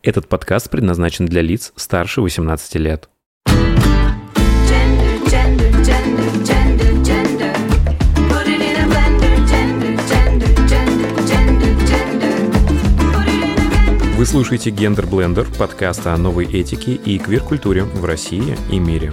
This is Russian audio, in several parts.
Этот подкаст предназначен для лиц старше 18 лет. Вы слушаете «Гендер Блендер», подкаст о новой этике и квир-культуре в России и мире.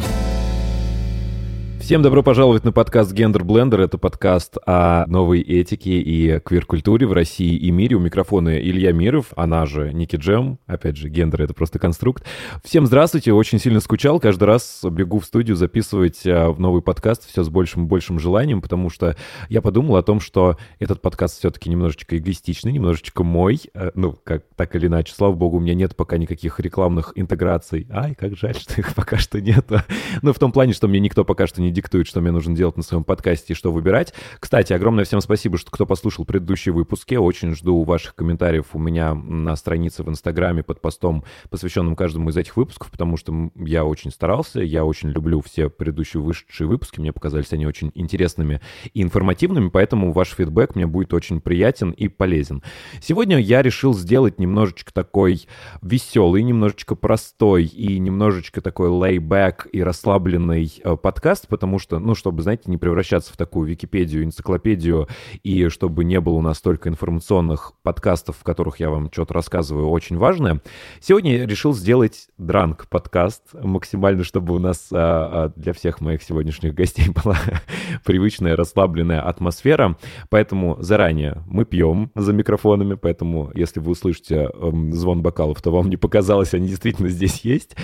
Всем добро пожаловать на подкаст «Гендер Блендер». Это подкаст о новой этике и квир-культуре в России и мире. У микрофона Илья Миров, она же Ники Джем. Опять же, гендер — это просто конструкт. Всем здравствуйте, очень сильно скучал. Каждый раз бегу в студию записывать новый подкаст все с большим и большим желанием, потому что я подумал о том, что этот подкаст все-таки немножечко эгоистичный, немножечко мой. Ну, как так или иначе, слава богу, у меня нет пока никаких рекламных интеграций. Ай, как жаль, что их пока что нет. Ну, в том плане, что мне никто пока что не диктует, что мне нужно делать на своем подкасте и что выбирать. Кстати, огромное всем спасибо, что кто послушал предыдущие выпуски. Очень жду ваших комментариев у меня на странице в Инстаграме под постом, посвященным каждому из этих выпусков, потому что я очень старался, я очень люблю все предыдущие вышедшие выпуски, мне показались они очень интересными и информативными, поэтому ваш фидбэк мне будет очень приятен и полезен. Сегодня я решил сделать немножечко такой веселый, немножечко простой и немножечко такой лейбэк и расслабленный подкаст, потому что, ну, чтобы, знаете, не превращаться в такую Википедию, энциклопедию, и чтобы не было у нас столько информационных подкастов, в которых я вам что-то рассказываю, очень важное. Сегодня я решил сделать дранк-подкаст, максимально, чтобы у нас для всех моих сегодняшних гостей была привычная расслабленная атмосфера, поэтому заранее мы пьем за микрофонами, поэтому если вы услышите звон бокалов, то вам не показалось, они действительно здесь есть.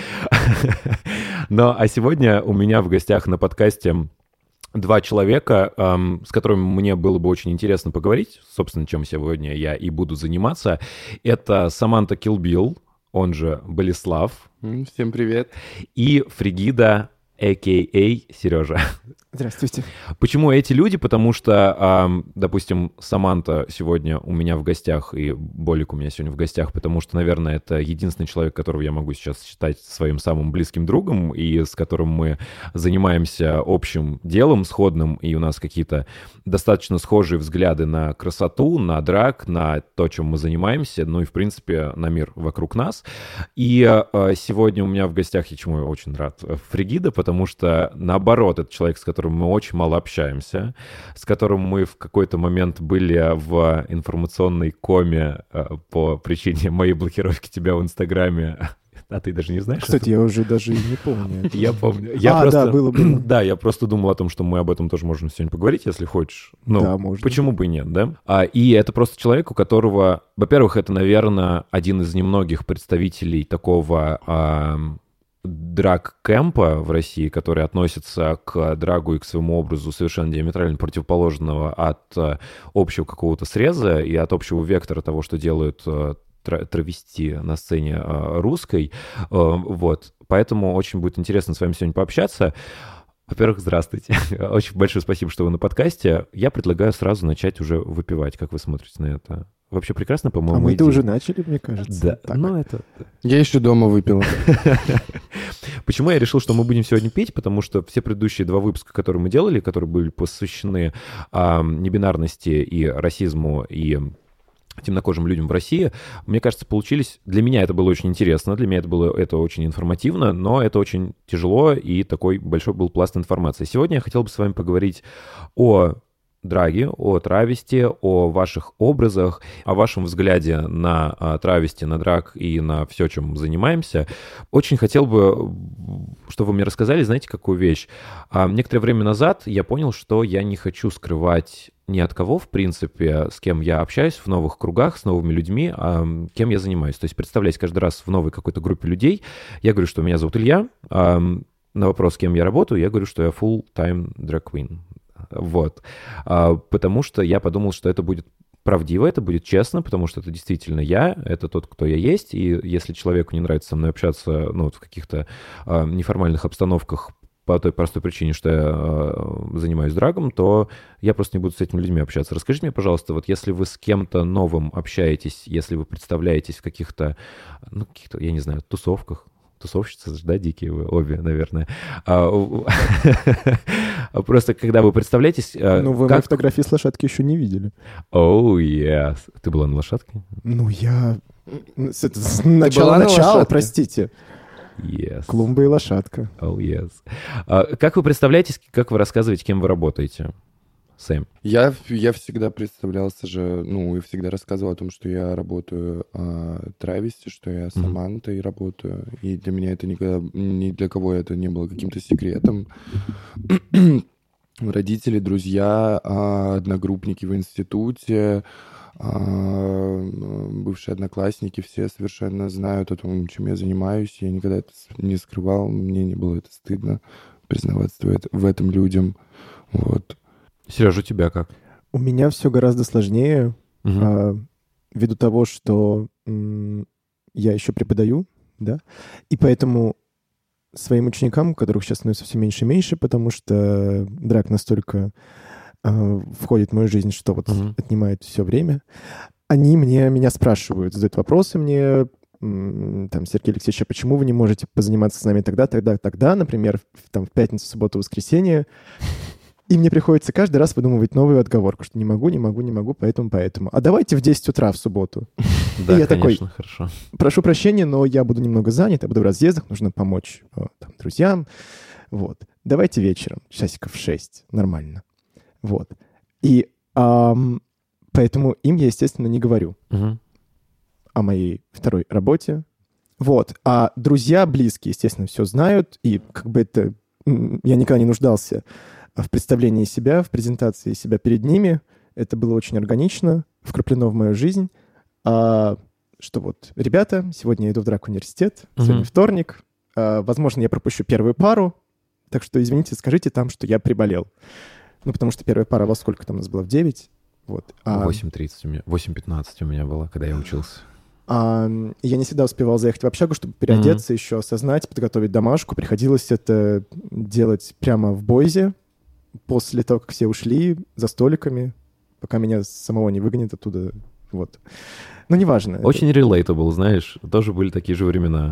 Ну, а сегодня у меня в гостях на подкасте два человека, с которыми мне было бы очень интересно поговорить, собственно, чем сегодня я и буду заниматься. Это Саманта Килбил, он же Болеслав. Всем привет. И Фригида, а.к.а. Сережа. Здравствуйте. Почему эти люди? Потому что, допустим, Саманта сегодня у меня в гостях, и Болик у меня сегодня в гостях, потому что, наверное, это единственный человек, которого я могу сейчас считать своим самым близким другом, и с которым мы занимаемся общим делом, сходным, и у нас какие-то достаточно схожие взгляды на красоту, на драг, на то, чем мы занимаемся, ну и, в принципе, на мир вокруг нас. И сегодня у меня в гостях, я чему я очень рад, Фригида, потому что, наоборот, это человек, с которым мы очень мало общаемся, с которым мы в какой-то момент были в информационной коме по причине моей блокировки тебя в Инстаграме. А ты даже не знаешь? Кстати, я уже даже и не помню. Я помню. Да, было. Да, я просто думал о том, что мы об этом тоже можем сегодня поговорить, если хочешь. Ну, да, можно. Почему бы и нет, да? И это просто человек, у которого, во-первых, это, наверное, один из немногих представителей такого драг-кэмпа в России, который относится к драгу и к своему образу совершенно диаметрально противоположного от общего какого-то среза и от общего вектора того, что делают травести на сцене русской. Вот. Поэтому очень будет интересно с вами сегодня пообщаться. Во-первых, здравствуйте. Очень большое спасибо, что вы на подкасте. Я предлагаю сразу начать уже выпивать. Как вы смотрите на это? Вообще прекрасно, по-моему. А мы-то уже начали, мне кажется. Да, так. Ну это... Я еще дома выпил. Почему я решил, что мы будем сегодня пить? Потому что все предыдущие два выпуска, которые мы делали, которые были посвящены небинарности и расизму, и темнокожим людям в России, мне кажется, получились... Для меня это было очень интересно, для меня это очень информативно, но это очень тяжело, и такой большой был пласт информации. Сегодня я хотел бы с вами поговорить о драге, о травести, о ваших образах, о вашем взгляде на травести, на драг и на все, чем мы занимаемся. Очень хотел бы, чтобы вы мне рассказали, знаете, какую вещь. Некоторое время назад я понял, что я не хочу скрывать ни от кого, в принципе, с кем я общаюсь в новых кругах, с новыми людьми, кем я занимаюсь. То есть представляюсь каждый раз в новой какой-то группе людей. Я говорю, что меня зовут Илья. На вопрос, с кем я работаю, я говорю, что я full-time drag queen. Вот. Потому что я подумал, что это будет правдиво, это будет честно, потому что это действительно я, это тот, кто я есть, и если человеку не нравится со мной общаться, ну, в каких-то неформальных обстановках по той простой причине, что я занимаюсь драгом, то я просто не буду с этими людьми общаться. Расскажите мне, пожалуйста, вот если вы с кем-то новым общаетесь, если вы представляетесь в каких-то, ну, каких-то, я не знаю, тусовках, тусовщицы, да, дикие вы обе, наверное. Просто когда вы представляетесь... Ну, вы мои фотографии с лошадки еще не видели. Oh, yes. Ты была на лошадке? Ну, я С начала, была на лошадке? простите. Yes. Клумба и лошадка. Oh, yes. Как вы представляетесь, как вы рассказываете, кем вы работаете? Сэм. Я всегда представлялся же, и всегда рассказывал о том, что я работаю Трависти, что я с Самантой работаю. И для меня это никогда, ни для кого это не было каким-то секретом. Родители, друзья, одногруппники в институте, бывшие одноклассники, все совершенно знают о том, чем я занимаюсь. Я никогда это не скрывал, мне не было это стыдно признаваться в этом людям. Вот. Сереж, у тебя как? У меня все гораздо сложнее, ввиду того, что я еще преподаю, да, и поэтому своим ученикам, которых сейчас становится все меньше и меньше, потому что драк настолько входит в мою жизнь, что вот отнимает все время, они меня спрашивают, задают вопросы мне, там, Сергей Алексеевич, а почему вы не можете позаниматься с нами тогда, например, в пятницу, субботу, воскресенье? И мне приходится каждый раз выдумывать новую отговорку, что не могу, поэтому. А давайте в 10 утра в субботу. Да, и я конечно, такой, хорошо. Прошу прощения, но я буду немного занят, я буду в разъездах, нужно помочь там, друзьям. Вот. Давайте вечером, часиков 6, нормально. Вот. И поэтому им я, естественно, не говорю о моей второй работе. Вот. А друзья близкие, естественно, все знают, и как бы это... Я никогда не нуждался в представлении себя, в презентации себя перед ними. Это было очень органично, вкраплено в мою жизнь. Что вот, ребята, сегодня я иду в драг-университет, сегодня вторник, возможно, я пропущу первую пару, так что, извините, скажите там, что я приболел. Потому что первая пара во сколько там у нас была? В 9? Вот. 8:30 у меня, 8:15 у меня было, когда я учился. Я не всегда успевал заехать в общагу, чтобы переодеться, еще осознать, подготовить домашку. Приходилось это делать прямо в Бойзе, после того, как все ушли за столиками, пока меня самого не выгонят оттуда. Вот. Но неважно. Очень relatable, знаешь. Тоже были такие же времена.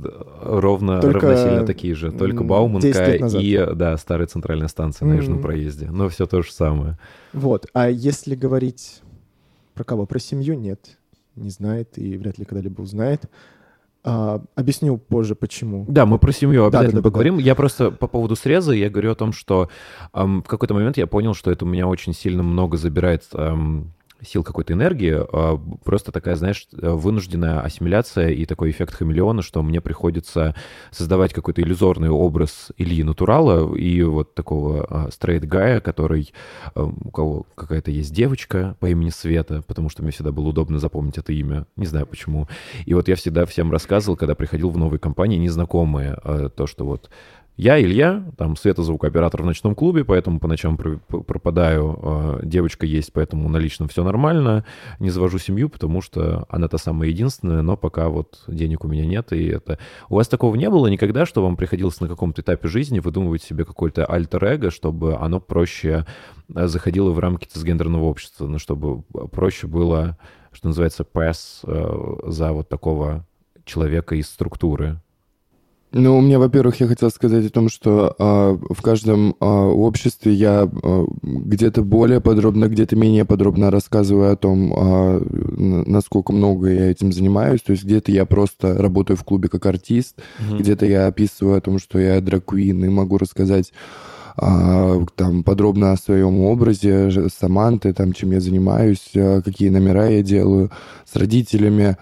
Равносильно такие же. Только Бауманка и, да, старая центральная станция на Южном проезде. Но все то же самое. Вот. А если говорить про кого? Про семью? Нет. Не знает и вряд ли когда-либо узнает. Объясню позже, почему. Да, мы про семью обязательно поговорим. Да. Я просто по поводу среза, я говорю о том, что в какой-то момент я понял, что это у меня очень сильно много забирает сил какой-то энергии, просто такая, знаешь, вынужденная ассимиляция и такой эффект хамелеона, что мне приходится создавать какой-то иллюзорный образ Ильи Натурала и вот такого стрейт-гая, который, у кого какая-то есть девочка по имени Света, потому что мне всегда было удобно запомнить это имя, не знаю почему. И вот я всегда всем рассказывал, когда приходил в новые компании, незнакомые, то, что вот я Илья, там Света звукооператор в ночном клубе, поэтому по ночам пропадаю, девочка есть, поэтому на личном все нормально, не завожу семью, потому что она та самая единственная, но пока вот денег у меня нет, и это... У вас такого не было никогда, что вам приходилось на каком-то этапе жизни выдумывать себе какое-то альтер-эго, чтобы оно проще заходило в рамки цисгендерного общества, ну, чтобы проще было, что называется, pass за вот такого человека из структуры? Ну, у меня, во-первых, я хотел сказать о том, что в каждом обществе я где-то более подробно, где-то менее подробно рассказываю о том, насколько много я этим занимаюсь. То есть где-то я просто работаю в клубе как артист, где-то я описываю о том, что я драг-квин, и могу рассказать там подробно о своем образе Саманты, там, чем я занимаюсь, какие номера я делаю с родителями.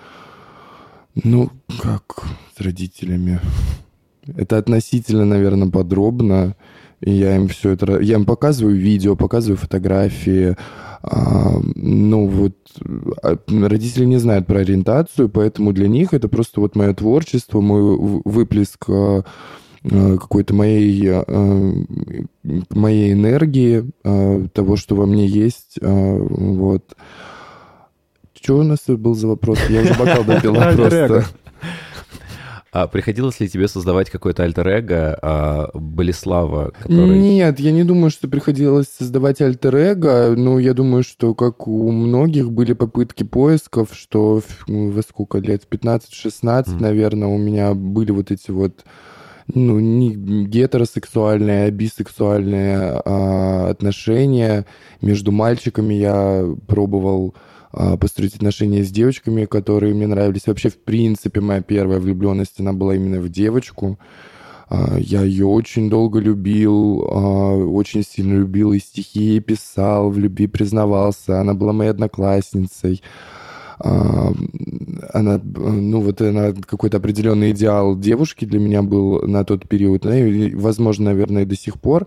Ну, как с родителями? Это относительно, наверное, подробно. И я им все это... Я им показываю видео, показываю фотографии. Ну, вот... Родители не знают про ориентацию, поэтому для них это просто вот мое творчество, мой выплеск какой-то моей энергии, того, что во мне есть. Вот. Что у нас был за вопрос? Я уже бокал допила просто. А приходилось ли тебе создавать какое-то альтер-эго Болеслава, который... Нет, я не думаю, что приходилось создавать альтер-эго. Ну, я думаю, что, как у многих, были попытки поисков, что во сколько лет? 15-16, наверное, у меня были вот эти вот, ну, не гетеросексуальные, а бисексуальные отношения. Между мальчиками я пробовал построить отношения с девочками, которые мне нравились. Вообще, в принципе, моя первая влюбленность, она была именно в девочку. Я ее очень долго любил, очень сильно любил, и стихи ей писал, в любви признавался. Она была моей одноклассницей. Она какой-то определенный идеал девушки для меня был на тот период, да, и, возможно, наверное, и до сих пор.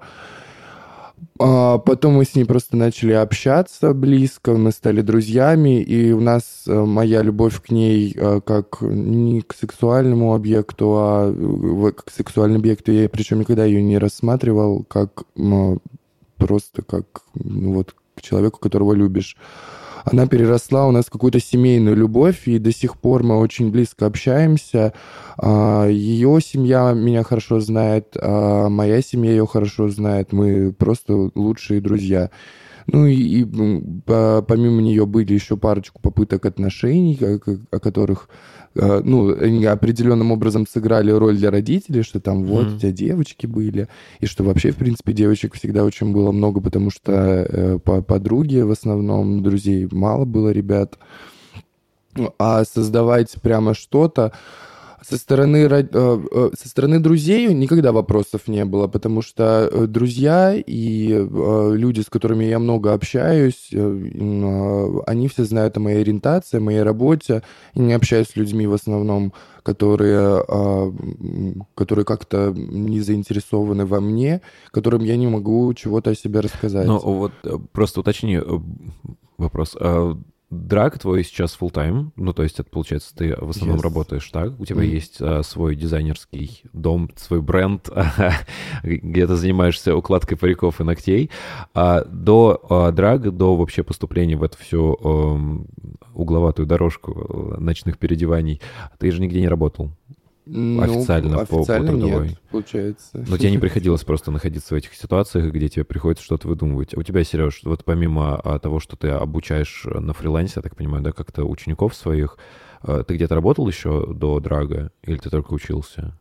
Потом мы с ней просто начали общаться близко, мы стали друзьями, и у нас моя любовь к ней как не к сексуальному объекту, к сексуальному объекту, я причем никогда ее не рассматривал как просто как к человеку, которого любишь. Она переросла у нас в какую-то семейную любовь, и до сих пор мы очень близко общаемся. Ее семья меня хорошо знает, моя семья ее хорошо знает. Мы просто лучшие друзья. Ну и помимо нее были еще парочку попыток отношений, о которых они определенным образом сыграли роль для родителей, что там вот у тебя девочки были, и что вообще, в принципе, девочек всегда очень было много, потому что подруги в основном, друзей мало было ребят. А создавать прямо что-то со стороны друзей никогда вопросов не было, потому что друзья и люди, с которыми я много общаюсь, они все знают о моей ориентации, о моей работе. Я не общаюсь с людьми в основном, которые как-то не заинтересованы во мне, которым я не могу чего-то о себе рассказать. Ну вот просто уточни вопрос. Драг твой сейчас full-time, то есть это, получается, ты в основном работаешь, так? У тебя есть свой дизайнерский дом, свой бренд, где ты занимаешься укладкой париков и ногтей. До драга, до вообще поступления в эту всю угловатую дорожку ночных переодеваний, ты же нигде не работал? Официально по трудовой. Нет, получается. Но тебе не приходилось просто находиться в этих ситуациях, где тебе приходится что-то выдумывать. А у тебя, Сереж, вот помимо того, что ты обучаешь на фрилансе, я так понимаю, да, как-то учеников своих, ты где-то работал еще до драга или ты только учился?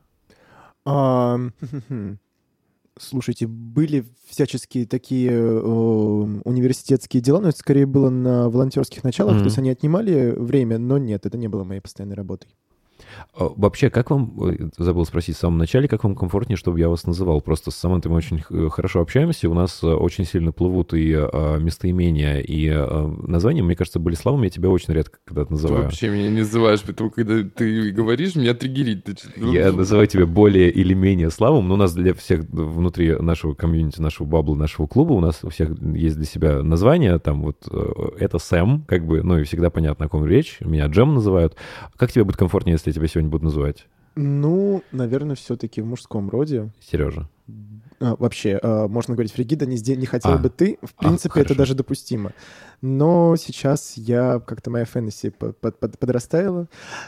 Слушайте, были всяческие такие университетские дела, но это скорее было на волонтерских началах, то есть они отнимали время, но нет, это не было моей постоянной работой. Вообще, как вам, забыл спросить в самом начале, как вам комфортнее, чтобы я вас называл? Просто с Самантой мы очень хорошо общаемся, у нас очень сильно плывут и местоимения, и названия. Мне кажется, Болеславом я тебя очень редко когда-то называю. Ты вообще меня не называешь, поэтому, когда ты говоришь, меня триггерит. Я называю тебя более или менее Славом, но у нас для всех внутри нашего комьюнити, нашего бабла, нашего клуба, у нас у всех есть для себя название, там вот это Сэм, как бы, и всегда понятно, о ком речь, меня Джем называют. Как тебе будет комфортнее, если я тебя сегодня буду называть? Наверное, все-таки в мужском роде. Сережа. Вообще, можно говорить, Фригида, не хотел бы ты. В принципе, это даже допустимо. Но сейчас как-то моя фэнтези подрастаяла,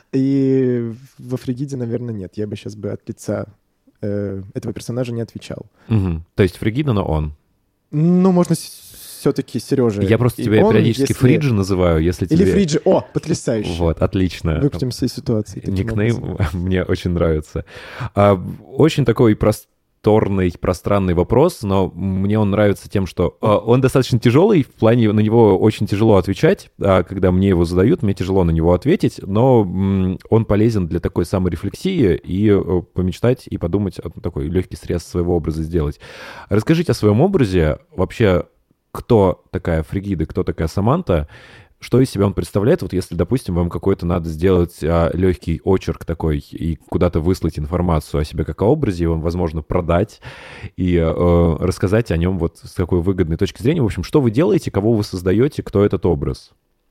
и во Фригиде, наверное, нет. Я бы сейчас от лица этого персонажа не отвечал. То есть Фригида, но он? Можно все-таки Сережа. Я просто тебя периодически Фриджи называю, если тебе... Или Фриджи. О, потрясающе. Вот, отлично. Выкрутимся из ситуации. Никнейм мне очень нравится. Очень такой пространный вопрос, но мне он нравится тем, что он достаточно тяжелый, в плане на него очень тяжело отвечать, когда мне его задают, мне тяжело на него ответить, но он полезен для такой саморефлексии и помечтать, и подумать, такой легкий срез своего образа сделать. Расскажите о своем образе, вообще, кто такая Фригида, кто такая Саманта, что из себя он представляет, вот если, допустим, вам какой-то надо сделать легкий очерк такой и куда-то выслать информацию о себе как о образе, его, возможно, продать и рассказать о нем вот с такой выгодной точки зрения. В общем, что вы делаете, кого вы создаете, кто этот образ?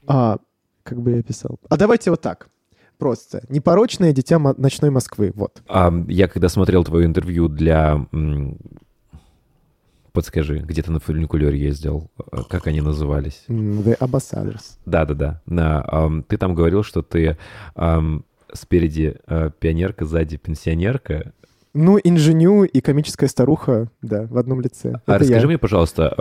Как бы я описал? Давайте вот так. Просто. Непорочное дитя ночной Москвы. Вот. Я когда смотрел твое интервью для... Подскажи, где ты на фуникулере ездил? Как они назывались? The Ambassadors. Да-да-да. Ты там говорил, что ты спереди пионерка, сзади пенсионерка. Инженю и комическая старуха, да, в одном лице. Расскажи мне, пожалуйста,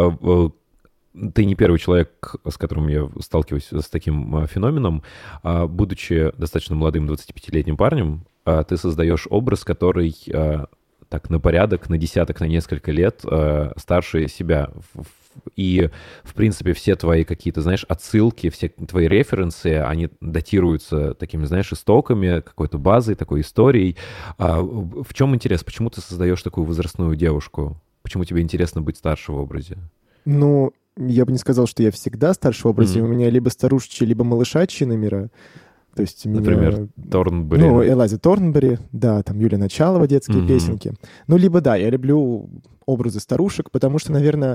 ты не первый человек, с которым я сталкиваюсь с таким феноменом. Будучи достаточно молодым 25-летним парнем, ты создаешь образ, который... так на порядок, на десяток, на несколько лет старше себя. И, в принципе, все твои какие-то, знаешь, отсылки, все твои референсы, они датируются такими, знаешь, истоками, какой-то базой, такой историей. В чем интерес? Почему ты создаешь такую возрастную девушку? Почему тебе интересно быть старше в образе? Ну, я бы не сказал, что я всегда старше в образе. У меня либо старушечьи, либо малышачьи номера. То есть Например, Торнбери. Ну, Элайза Торнбери, да, там Юлия Началова, детские песенки. Ну, либо, да, я люблю образы старушек, потому что, наверное,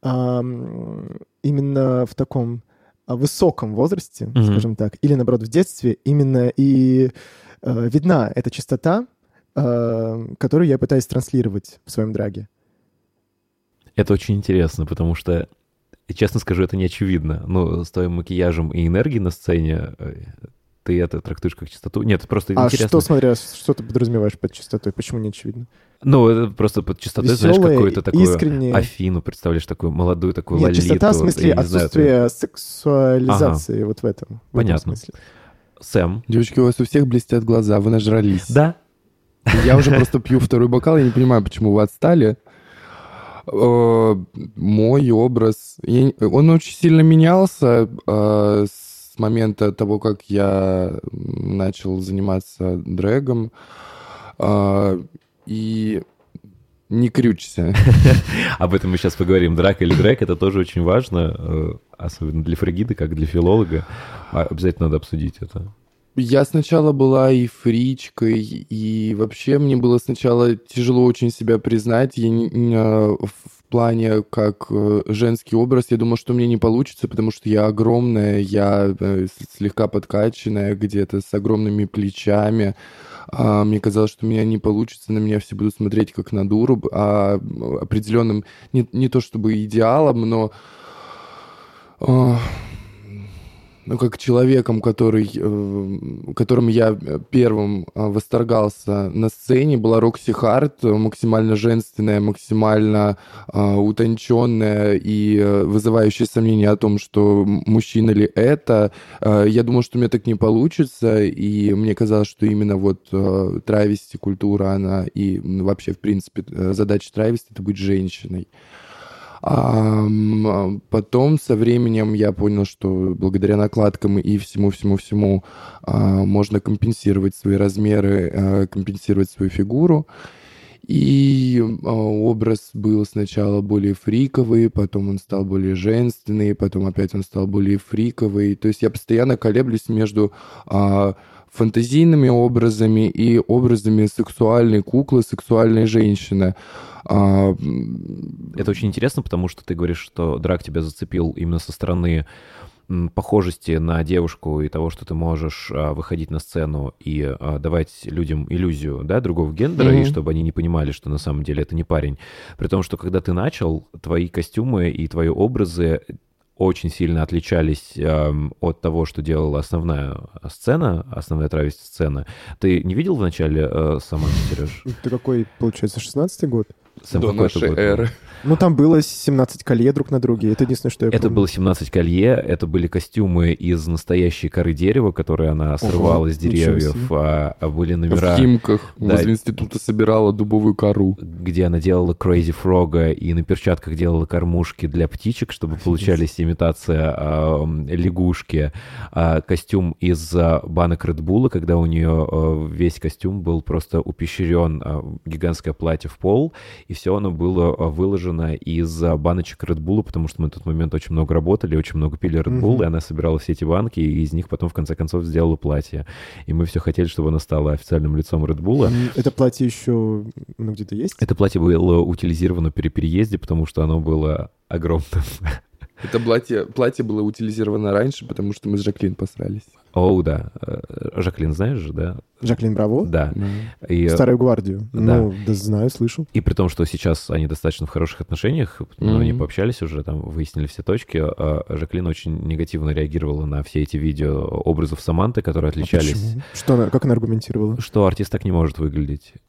именно в таком высоком возрасте, скажем так, или, наоборот, в детстве, именно и видна эта чистота, которую я пытаюсь транслировать в своем драге. Это очень интересно, потому что, честно скажу, это не очевидно. Но с твоим макияжем и энергией на сцене ты это трактуешь как чистоту? Нет, это просто интересно. А что, смотря, что ты подразумеваешь под чистотой? Почему не очевидно? Ну, это просто под чистотой, Веселые, знаешь, какую-то такую искренние. Афину, представляешь, такую молодую, такую Нет, лолиту. чистота в смысле отсутствие сексуализации, вот в этом. Понятно. Сэм. Девочки, у вас у всех блестят глаза, вы нажрались. Да. Я уже просто пью второй бокал, я не понимаю, почему вы отстали. Мой образ, он очень сильно менялся с момента того, как я начал заниматься дрэгом. И не крючься. Об этом мы сейчас поговорим. Драг или дрэг — это тоже очень важно, особенно для фригида, как для филолога. Обязательно надо обсудить это. Я сначала была и фричкой, и вообще мне было сначала тяжело очень себя признать. В плане как женский образ, я думал, что мне не получится, потому что я огромная, я слегка подкачанная, где-то с огромными плечами. Мне казалось, что у меня не получится, на меня все будут смотреть как на дуру, определенным, не то чтобы идеалом, но как человеком, которым я первым восторгался на сцене, была Рокси Харт, максимально женственная, максимально утонченная и вызывающая сомнения о том, что мужчина ли это. Я думал, что у меня так не получится, и мне казалось, что именно вот травести культура, она и вообще, в принципе, задача травести — это быть женщиной. Потом со временем я понял, что благодаря накладкам и всему-всему-всему можно компенсировать свои размеры, компенсировать свою фигуру. И образ был сначала более фриковый, потом он стал более женственный, потом опять он стал более фриковый. То есть я постоянно колеблюсь между фантазийными образами и образами сексуальной куклы, сексуальной женщины. Это очень интересно, потому что ты говоришь, что драг тебя зацепил именно со стороны похожести на девушку и того, что ты можешь выходить на сцену и давать людям иллюзию, да, другого гендера, и чтобы они не понимали, что на самом деле это не парень. При том, что когда ты начал, твои костюмы и твои образы очень сильно отличались от того, что делала основная сцена, основная травести-сцена. Ты не видел в начале Саманту, Сереж? Это какой, получается, 16-й год? До нашей эры. Ну, там было 17 колье друг на друге. Это единственное, что я помню. Это было 17 колье, это были костюмы из настоящей коры дерева, которые она срывала с деревьев, были номера... В Химках возле института собирала дубовую кору. Где она делала Crazy Frog и на перчатках делала кормушки для птичек, чтобы получались имитация лягушки. Костюм из банок Red Bull, когда у нее весь костюм был просто упещрен, гигантское платье в пол, и все оно было выложено из баночек Red Bull, потому что мы в тот момент очень много работали, очень много пили Red Bull, и она собирала все эти банки, и из них потом в конце концов сделала платье. И мы все хотели, чтобы она стала официальным лицом Red Bull. Это платье еще где-то есть? Это платье было утилизировано при переезде, потому что оно было огромным. Это платье было утилизировано раньше, потому что мы с Жаклин посрались. О, да. Жаклин знаешь же, да? Жаклин Браво? Да. И, Старую гвардию. Да. Ну, да, знаю, слышу. И при том, что сейчас они достаточно в хороших отношениях, они пообщались уже, там выяснили все точки, Жаклин очень негативно реагировала на все эти видео образов Саманты, которые отличались. Почему? Как она аргументировала? Что артист так не может выглядеть.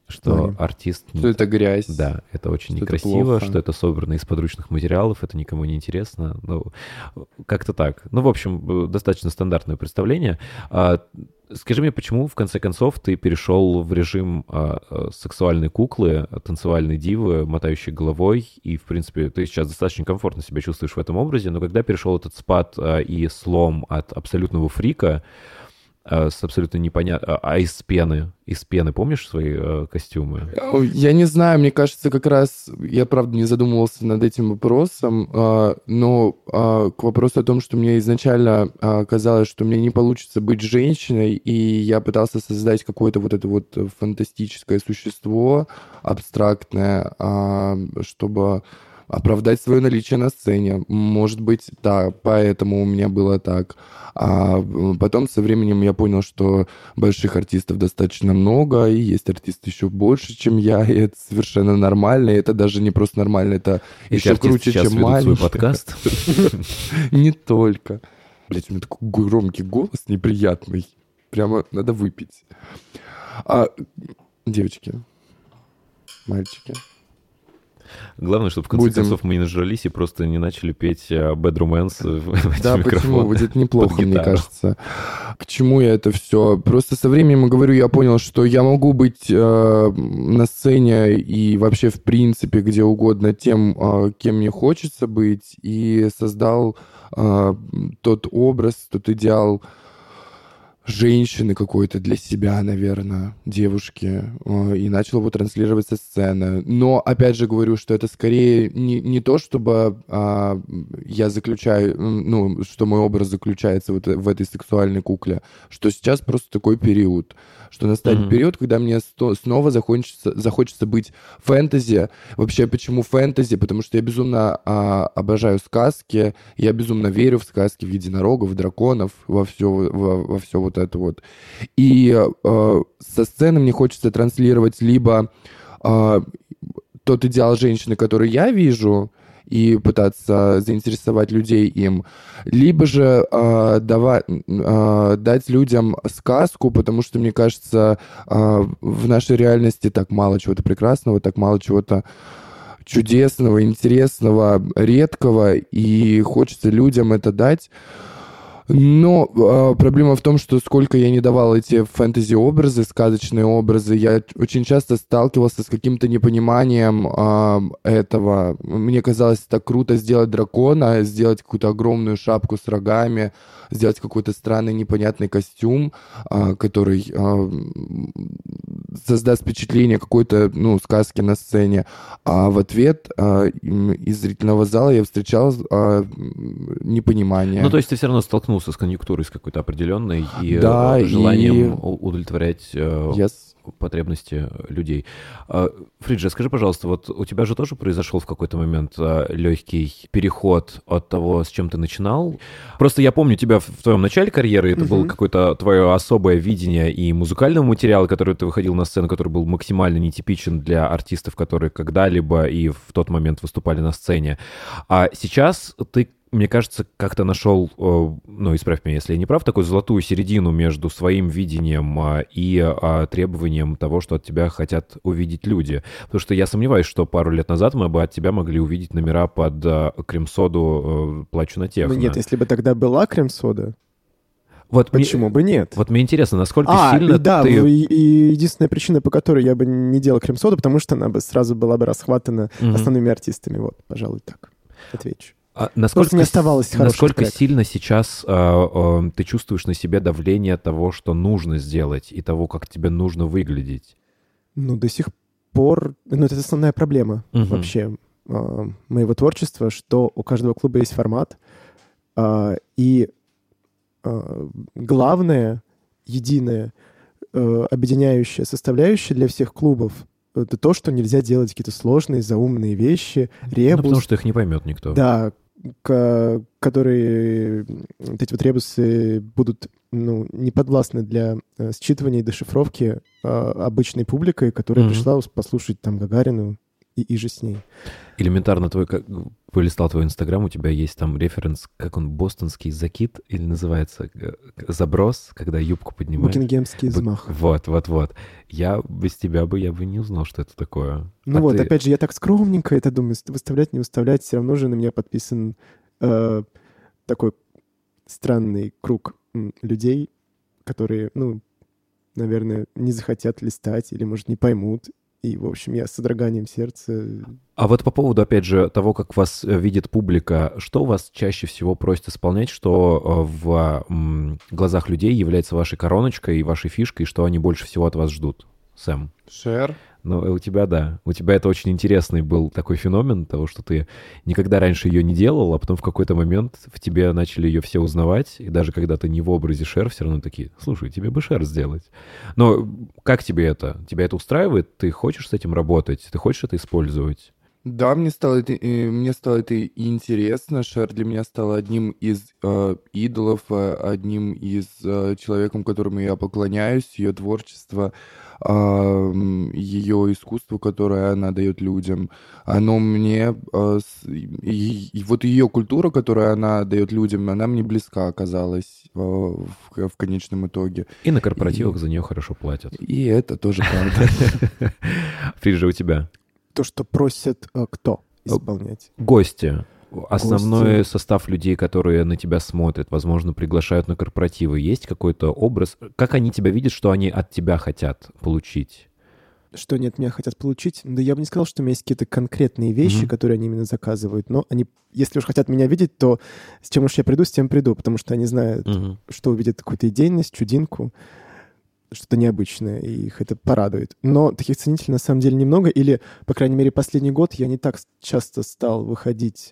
что плане. артист... Что это грязь. Да, это очень Что это некрасиво, плохо. что это собрано из подручных материалов, это никому не интересно. Ну, как-то так. Ну, в общем, достаточно стандартное представление. Скажи мне, почему, в конце концов, ты перешел в режим сексуальной куклы, танцевальной дивы, мотающей головой, и, в принципе, ты сейчас достаточно комфортно себя чувствуешь в этом образе, но когда перешел этот спад и слом от абсолютного фрика с абсолютно непонятно... из пены, помнишь свои костюмы? Я не знаю, мне кажется, как раз я, правда, не задумывался над этим вопросом, но к вопросу о том, что мне изначально казалось, что мне не получится быть женщиной, и я пытался создать какое-то вот это вот фантастическое существо, абстрактное, чтобы оправдать свое наличие на сцене. Может быть, да, поэтому у меня было так. А потом со временем я понял, что больших артистов достаточно много, и есть артисты еще больше, чем я, и это совершенно нормально, и это даже не просто нормально, это еще круче, чем маленький. Свой подкаст. Не только. Блять, у меня такой громкий голос неприятный. Прямо надо выпить. Девочки, мальчики. Главное, чтобы в конце концов мы не нажрались и просто не начали петь Bad Romance в эти Да, микрофоны. почему? Будет неплохо, мне кажется. К чему я это все? Просто со временем, говорю, я понял, что я могу быть на сцене и вообще, в принципе, где угодно тем, кем мне хочется быть, и создал тот образ, тот идеал женщины какой-то для себя, наверное, девушки, и начал его транслировать со сцены. Но, опять же, говорю, что это скорее не то, чтобы я заключаю, ну, что мой образ заключается вот в этой сексуальной кукле, что сейчас просто такой период, что настанет период, когда мне снова захочется быть фэнтези. Вообще, почему фэнтези? Потому что я безумно обожаю сказки, я безумно верю в сказки, в единорогов, в драконов, во все вот это вот. И со сцены мне хочется транслировать либо тот идеал женщины, который я вижу, и пытаться заинтересовать людей им, либо же дать людям сказку, потому что, мне кажется, в нашей реальности так мало чего-то прекрасного, так мало чего-то чудесного, интересного, редкого, и хочется людям это дать. Но проблема в том, что сколько я не давал эти фэнтези-образы, сказочные образы, я очень часто сталкивался с каким-то непониманием этого. Мне казалось, так круто сделать дракона, сделать какую-то огромную шапку с рогами, сделать какой-то странный непонятный костюм, который создаст впечатление какой-то, ну, сказки на сцене. А в ответ из зрительного зала я встречал непонимание. Ну, то есть ты все равно столкнулся с конъюнктурой с какой-то определенной и желанием удовлетворять потребности людей. Фриджа, скажи, пожалуйста, вот у тебя же тоже произошел в какой-то момент легкий переход от того, с чем ты начинал? Просто я помню тебя в твоем начале карьеры, это было какое-то твое особое видение и музыкального материала, который ты выходил на сцену, который был максимально нетипичен для артистов, которые когда-либо и в тот момент выступали на сцене. А сейчас ты, мне кажется, как-то нашел, ну, исправь меня, если я не прав, такую золотую середину между своим видением и требованием того, что от тебя хотят увидеть люди. Потому что я сомневаюсь, что пару лет назад мы бы от тебя могли увидеть номера под крем-соду «Плачу на техно». Ну нет, если бы тогда была крем-сода, вот почему бы нет? Вот мне интересно, насколько сильно да, ты... и единственная причина, по которой я бы не делал крем-соду, потому что она бы сразу была бы расхватана основными артистами. Вот, пожалуй, так отвечу. Насколько не оставалось насколько сильно сейчас ты чувствуешь на себе давление того, что нужно сделать, и того, как тебе нужно выглядеть? Ну, до сих пор... Ну, это основная проблема вообще моего творчества, что у каждого клуба есть формат, и главное, единое, объединяющая составляющая для всех клубов — это то, что нельзя делать какие-то сложные, заумные вещи, ребус. Ну, потому что их не поймет никто. Да, которые вот эти вот ребусы будут, ну, не подвластны для считывания и дешифровки обычной публикой, которая пришла послушать там Гагарину и же с ней. Элементарно полистал твой Инстаграм, у тебя есть там референс, как он, бостонский закид или называется, заброс, когда юбку поднимаешь. Букингемский взмах. Вот. Я без тебя я бы не узнал, что это такое. Опять же, я так скромненько это думаю, выставлять, не выставлять, все равно же на меня подписан такой странный круг людей, которые, наверное, не захотят листать или, может, не поймут. И, в общем, я с содроганием сердца... А вот по поводу, опять же, того, как вас видит публика, что вас чаще всего просит исполнять, что в глазах людей является вашей короночкой и вашей фишкой, что они больше всего от вас ждут? Сэм? Шер. У тебя, да. У тебя это очень интересный был такой феномен того, что ты никогда раньше ее не делал, а потом в какой-то момент в тебе начали ее все узнавать, и даже когда ты не в образе Шер, все равно такие, слушай, тебе бы Шер сделать. Но как тебе это? Тебя это устраивает? Ты хочешь с этим работать? Ты хочешь это использовать? Да, мне стало это и интересно. Шер для меня стала одним из идолов, одним из человеком, которому я поклоняюсь, ее творчество, ее искусство, которое она дает людям. Оно мне... И вот ее культура, которую она дает людям, она мне близка оказалась в конечном итоге. И на корпоративах за нее хорошо платят. И это тоже правда. Фриджа, у тебя? То, что просят кто исполнять? Гости. Основной состав людей, которые на тебя смотрят, возможно, приглашают на корпоративы. Есть какой-то образ? Как они тебя видят, что они от тебя хотят получить? Что они от меня хотят получить? Да я бы не сказал, что у меня есть какие-то конкретные вещи, которые они именно заказывают. Но они, если уж хотят меня видеть, то с чем уж я приду, с тем приду. Потому что они знают, что увидят какую-то идейность, чудинку, что-то необычное, и их это порадует. Но таких ценителей на самом деле немного, или, по крайней мере, последний год я не так часто стал выходить,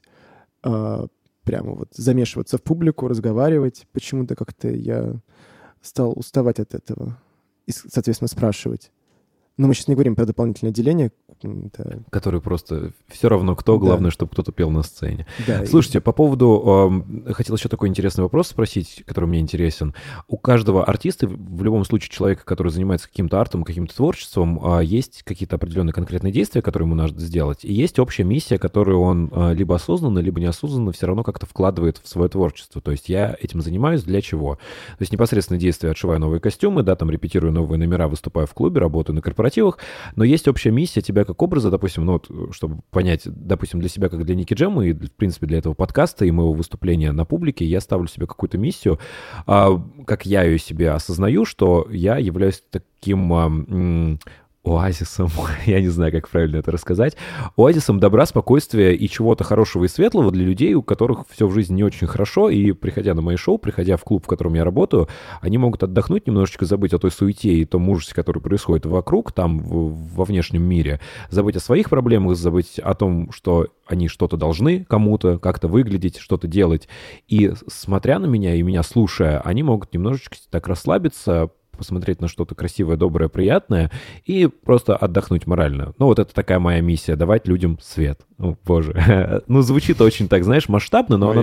прямо вот замешиваться в публику, разговаривать. Почему-то как-то я стал уставать от этого и, соответственно, спрашивать. Но мы сейчас не говорим про дополнительное деление. Который просто все равно кто, главное, чтобы кто-то пел на сцене. Да, слушайте, по поводу... хотел еще такой интересный вопрос спросить, который мне интересен. У каждого артиста, в любом случае человека, который занимается каким-то артом, каким-то творчеством, есть какие-то определенные конкретные действия, которые ему надо сделать, и есть общая миссия, которую он либо осознанно, либо неосознанно все равно как-то вкладывает в свое творчество. То есть я этим занимаюсь для чего? То есть непосредственно действие, отшиваю новые костюмы, да, там репетирую новые номера, выступаю в клубе, работаю на корпоративах, но есть общая миссия тебя как образа, допустим, чтобы понять, допустим, для себя, как для Ники Джема, и, в принципе, для этого подкаста и моего выступления на публике, я ставлю себе какую-то миссию, как я ее себе осознаю, что я являюсь таким... оазисом, я не знаю, как правильно это рассказать, оазисом добра, спокойствия и чего-то хорошего и светлого для людей, у которых все в жизни не очень хорошо, и приходя на мои шоу, приходя в клуб, в котором я работаю, они могут отдохнуть, немножечко забыть о той суете и том ужасе, который происходит вокруг, там, во внешнем мире, забыть о своих проблемах, забыть о том, что они что-то должны кому-то, как-то выглядеть, что-то делать, и смотря на меня и меня слушая, они могут немножечко так расслабиться, посмотреть на что-то красивое, доброе, приятное и просто отдохнуть морально. Вот это такая моя миссия — давать людям свет. Боже. Звучит очень так, знаешь, масштабно, но на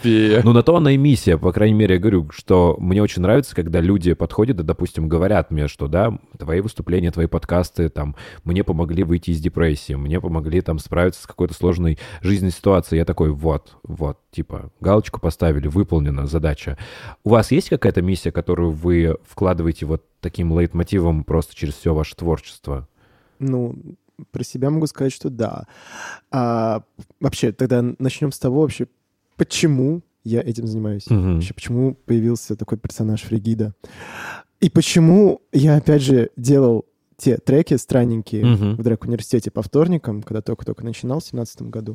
то она и миссия. По крайней мере, я говорю, что мне очень нравится, когда люди подходят и, допустим, говорят мне, что, да, твои выступления, твои подкасты, там, мне помогли выйти из депрессии, мне помогли, там, справиться с какой-то сложной жизненной ситуацией. Я такой, вот, типа, галочку поставили, выполнена задача. У вас есть какая-то миссия, которую вы вкладываете вот таким лейтмотивом просто через все ваше творчество? Про себя могу сказать, что да. Вообще, тогда начнем с того вообще, почему я этим занимаюсь. Вообще, почему появился такой персонаж Фригида. И почему я, опять же, делал те треки странненькие в Драг-университете по вторникам, когда только-только начинал в 2017 году.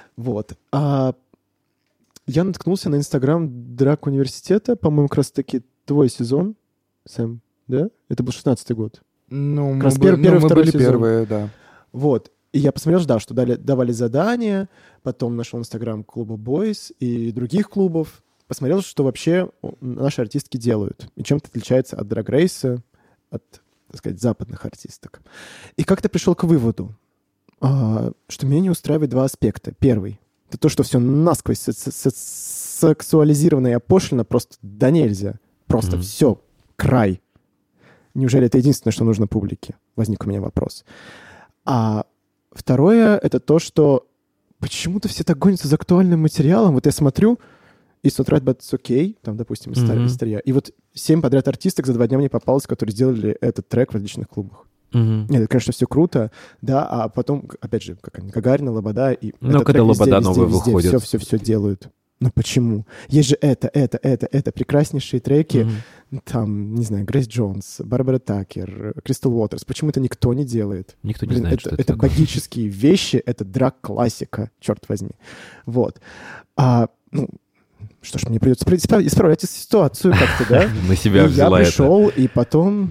Я наткнулся на Инстаграм Драг-университета, по-моему, как раз-таки твой сезон, Сэм, да? Это был 16-й год. Мы были первые, да. И я посмотрел, что давали задания, потом нашел Инстаграм клуба Boys и других клубов, посмотрел, что вообще наши артистки делают, и чем-то отличается от Drag Race, от, так сказать, западных артисток. И как-то пришел к выводу, что меня не устраивает два аспекта. Первый — это то, что все насквозь сексуализировано и опошлено просто да нельзя. Просто все, край. Неужели это единственное, что нужно публике? Возник у меня вопрос. А Второе — это то, что почему-то все так гонятся за актуальным материалом. Вот я смотрю, и It's Not Right, But It's Okay, там, допустим, история. И вот 7 подряд артисток за 2 дня мне попалось, которые сделали этот трек в различных клубах. Нет, это, конечно, все круто, да, а потом, опять же, как они, Гагарина, Лобода, и ну, когда Лобода новые выходят. Все делают. Ну почему? Есть же это, прекраснейшие треки, там, не знаю, Грейс Джонс, Барбара Такер, Кристал Уотерс. Почему это никто не делает? Никто не знает, что это это такое. богические вещи, это драг-классика, черт возьми. Вот. Ну, что ж, мне придется исправлять эту ситуацию как-то, да? На себя взяла это. Я пришел, и потом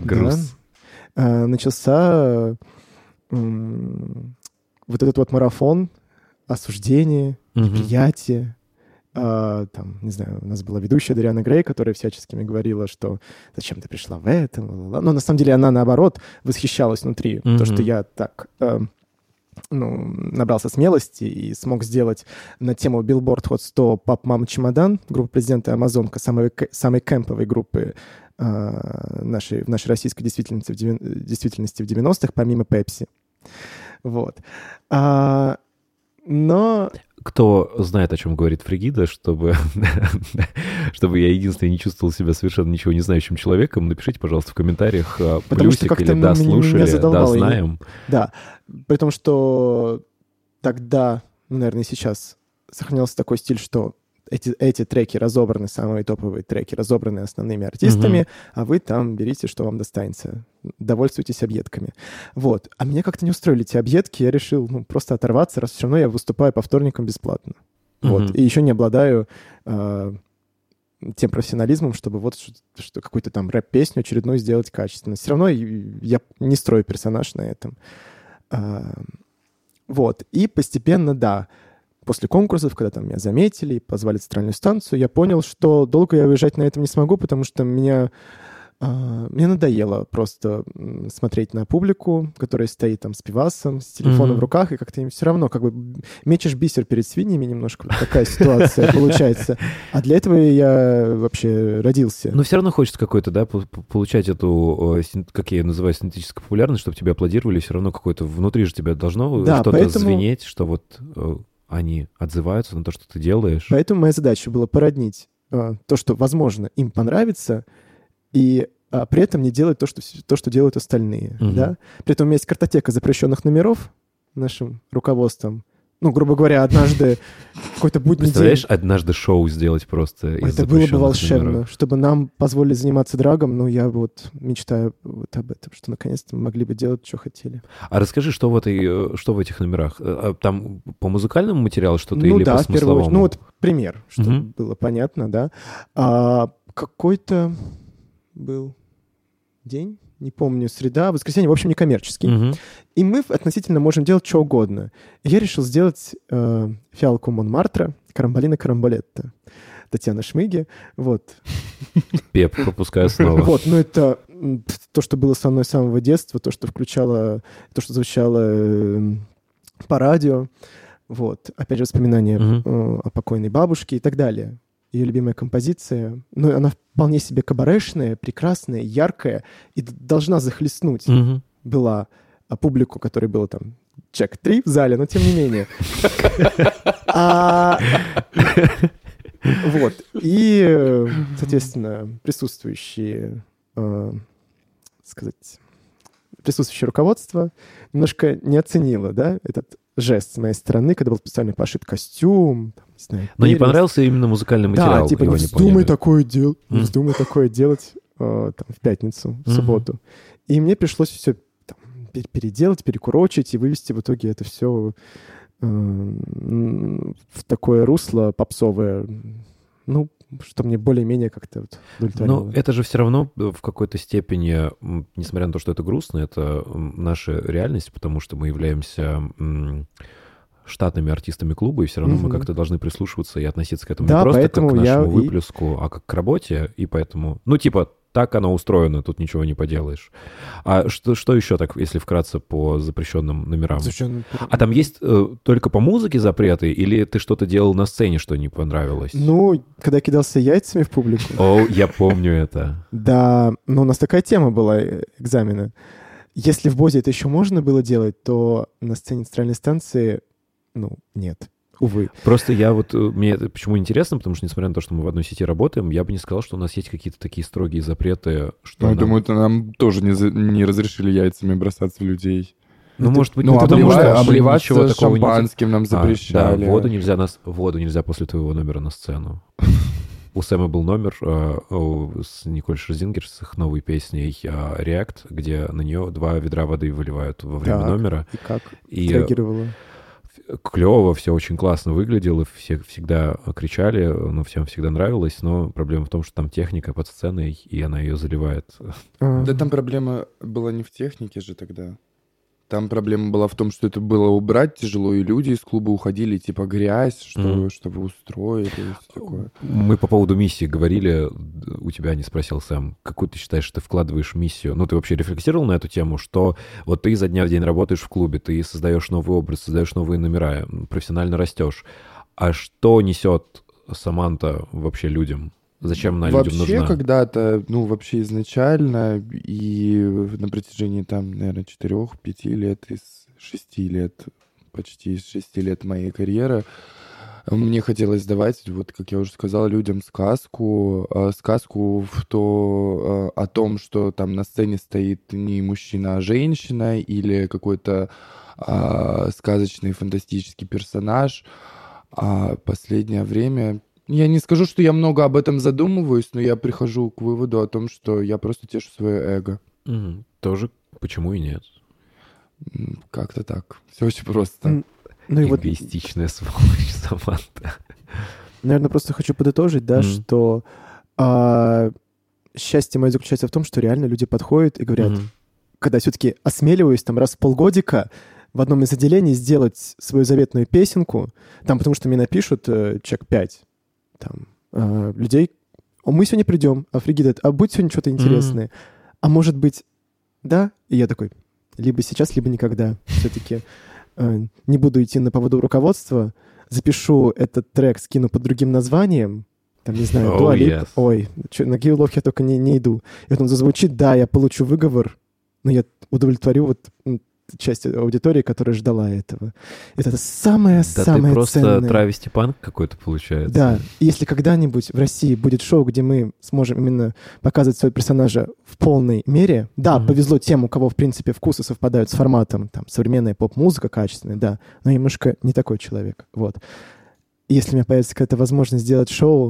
начался вот этот вот марафон осуждения, неприятия. Там, не знаю, у нас была ведущая Дариана Грей, которая всячески мне говорила, что зачем ты пришла в это, ла-ла-ла. Но на самом деле она, наоборот, восхищалась внутри. То, что я так набрался смелости и смог сделать на тему Billboard Hot 100 «Пап, мама, чемодан», группа президента «Амазонка», самой кемповой группы в нашей российской действительности в 90-х, помимо Pepsi. Вот. Но... Кто знает, о чем говорит Фригида, чтобы я единственный не чувствовал себя совершенно ничего не знающим человеком, напишите, пожалуйста, в комментариях плюсик или да, слушали, да, знаем. Да, при том, что тогда, наверное, и сейчас сохранялся такой стиль, что эти треки разобраны, самые топовые треки разобраны основными артистами, а вы там берите, что вам достанется. Довольствуйтесь объедками. Вот. А меня как-то не устроили эти объедки, я решил просто оторваться, раз все равно я выступаю по вторникам бесплатно. Вот. И еще не обладаю тем профессионализмом, чтобы вот что какую-то там рэп-песню очередную сделать качественно. Все равно я не строю персонаж на этом. Вот. И постепенно, да, после конкурсов, когда там меня заметили и позвали в центральную станцию, я понял, что долго я уезжать на этом не смогу, потому что мне надоело просто смотреть на публику, которая стоит там с пивасом, с телефоном в руках, и как-то им все равно, как бы мечешь бисер перед свиньями немножко, вот такая ситуация получается. А для этого я вообще родился. Но все равно хочется какой-то, да, получать эту, как я ее называю, синтетическую популярность, чтобы тебя аплодировали, все равно какое-то внутри же тебя должно что-то звенеть, что вот они отзываются на то, что ты делаешь. Поэтому моя задача была породнить то, что, возможно, им понравится, и при этом не делать то, что делают остальные. Да? При этом у меня есть картотека запрещенных номеров нашим руководством. Ну, грубо говоря, однажды какой-то будний день... Представляешь, однажды шоу сделать просто из это было бы волшебно. Номеров. Чтобы нам позволили заниматься драгом, но я вот мечтаю вот об этом, что наконец-то мы могли бы делать, что хотели. А расскажи, что в этих номерах? Там по музыкальному материалу что-то или да, по смысловому? Ну, вот пример, чтобы было понятно, да. Какой-то был день, не помню, среда, воскресенье, в общем, некоммерческий. И мы относительно можем делать что угодно. И я решил сделать фиалку Монмартра, Карамболина Карамболетта, Татьяна Шмыги. Вот. Пеп, пропускаю снова. Вот, ну это то, что было со мной с самого детства, то, что звучало по радио. Вот. Опять же, воспоминания о покойной бабушке и так далее. Ее любимая композиция. Ну, она вполне себе кабарешная, прекрасная, яркая и должна захлестнуть была публику, которой было там человек 3 в зале, но тем не менее. Вот. И, соответственно, присутствующее руководство немножко не оценило, да, этот жест с моей стороны, когда был специально пошит костюм. Там, не знаю, но не понравился именно музыкальный материал. Да, типа не вздумай такое делать там, в пятницу, в субботу. И мне пришлось все там, переделать, перекурочить и вывести в итоге это все в такое русло попсовое, ну, что мне более-менее как-то вот удовлетворило. Но это же все равно в какой-то степени, несмотря на то, что это грустно, это наша реальность, потому что мы являемся штатными артистами клуба, и все равно мы как-то должны прислушиваться и относиться к этому не просто как к нашему выплеску, а как к работе, и поэтому, ну, типа, так оно устроено, тут ничего не поделаешь. А что еще так, если вкратце по запрещенным номерам? А там есть только по музыке запреты, или ты что-то делал на сцене, что не понравилось? Ну, когда кидался яйцами в публику. О, я помню это. Да, но у нас такая тема была экзамена. если в Бозе это еще можно было делать, то на сцене центральной станции, нет. Увы. Просто мне это почему интересно, потому что, несмотря на то, что мы в одной сети работаем, я бы не сказал, что у нас есть какие-то такие строгие запреты, что... Я думаю, это нам тоже не разрешили яйцами бросаться в людей. Может быть, обливаться ничего такого шампанским нам запрещали. Да, воду нельзя после твоего номера на сцену. У Сэма был номер с Николь Шерзингер, с их новой песней «React», где на нее 2 ведра воды выливают во время номера. И как реагировала? Клево, все очень классно выглядело, все всегда кричали, всем всегда нравилось, но проблема в том, что там техника под сценой, и она ее заливает. Да там проблема была не в технике же тогда. Там проблема была в том, что это было убрать тяжело, и люди из клуба уходили, типа, грязь, чтобы устроили, и все такое. Мы по поводу миссии говорили, у тебя не спросил Сэм, какую ты считаешь, ты вкладываешь миссию? Ты вообще рефлексировал на эту тему, что вот ты изо дня в день работаешь в клубе, ты создаешь новый образ, создаешь новые номера, профессионально растешь. А что несет Саманта вообще людям? Зачем она людям нужна? Вообще когда-то, вообще изначально, и на протяжении наверное, 4-5 лет, из 6 лет, почти из 6 лет моей карьеры, мне хотелось давать, как я уже сказал, людям сказку о том, что там на сцене стоит не мужчина, а женщина, или какой-то сказочный, фантастический персонаж. А последнее время... Я не скажу, что я много об этом задумываюсь, но я прихожу к выводу о том, что я просто тешу свое эго. Тоже почему и нет? Как-то так. Все очень просто. Эгоистичная сволочь Саманта. Наверное, просто хочу подытожить, что счастье мое заключается в том, что реально люди подходят и говорят, когда все-таки осмеливаюсь раз в полгодика в одном из отделений сделать свою заветную песенку, потому что мне напишут человек 5 людей, мы сегодня придем, а Фригида, будет сегодня что-то интересное? А может быть, да? И я такой, либо сейчас, либо никогда. Все-таки не буду идти на поводу руководства, запишу этот трек, скину под другим названием, не знаю, Дуа Лип. Ой, на Геолог я только не иду. И вот он зазвучит, да, я получу выговор, но я удовлетворю часть аудитории, которая ждала этого. Это самое ценное. Да ты просто травести-панк какой-то получается. Да. И если когда-нибудь в России будет шоу, где мы сможем именно показывать своего персонажа в полной мере, повезло тем, у кого, в принципе, вкусы совпадают с форматом, современная поп-музыка качественная, да, но немножко не такой человек. И если у меня появится какая-то возможность сделать шоу,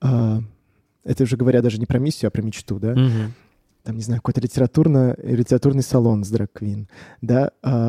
это уже говоря даже не про миссию, а про мечту, да, не знаю, какой-то литературный салон с драг-квин, да,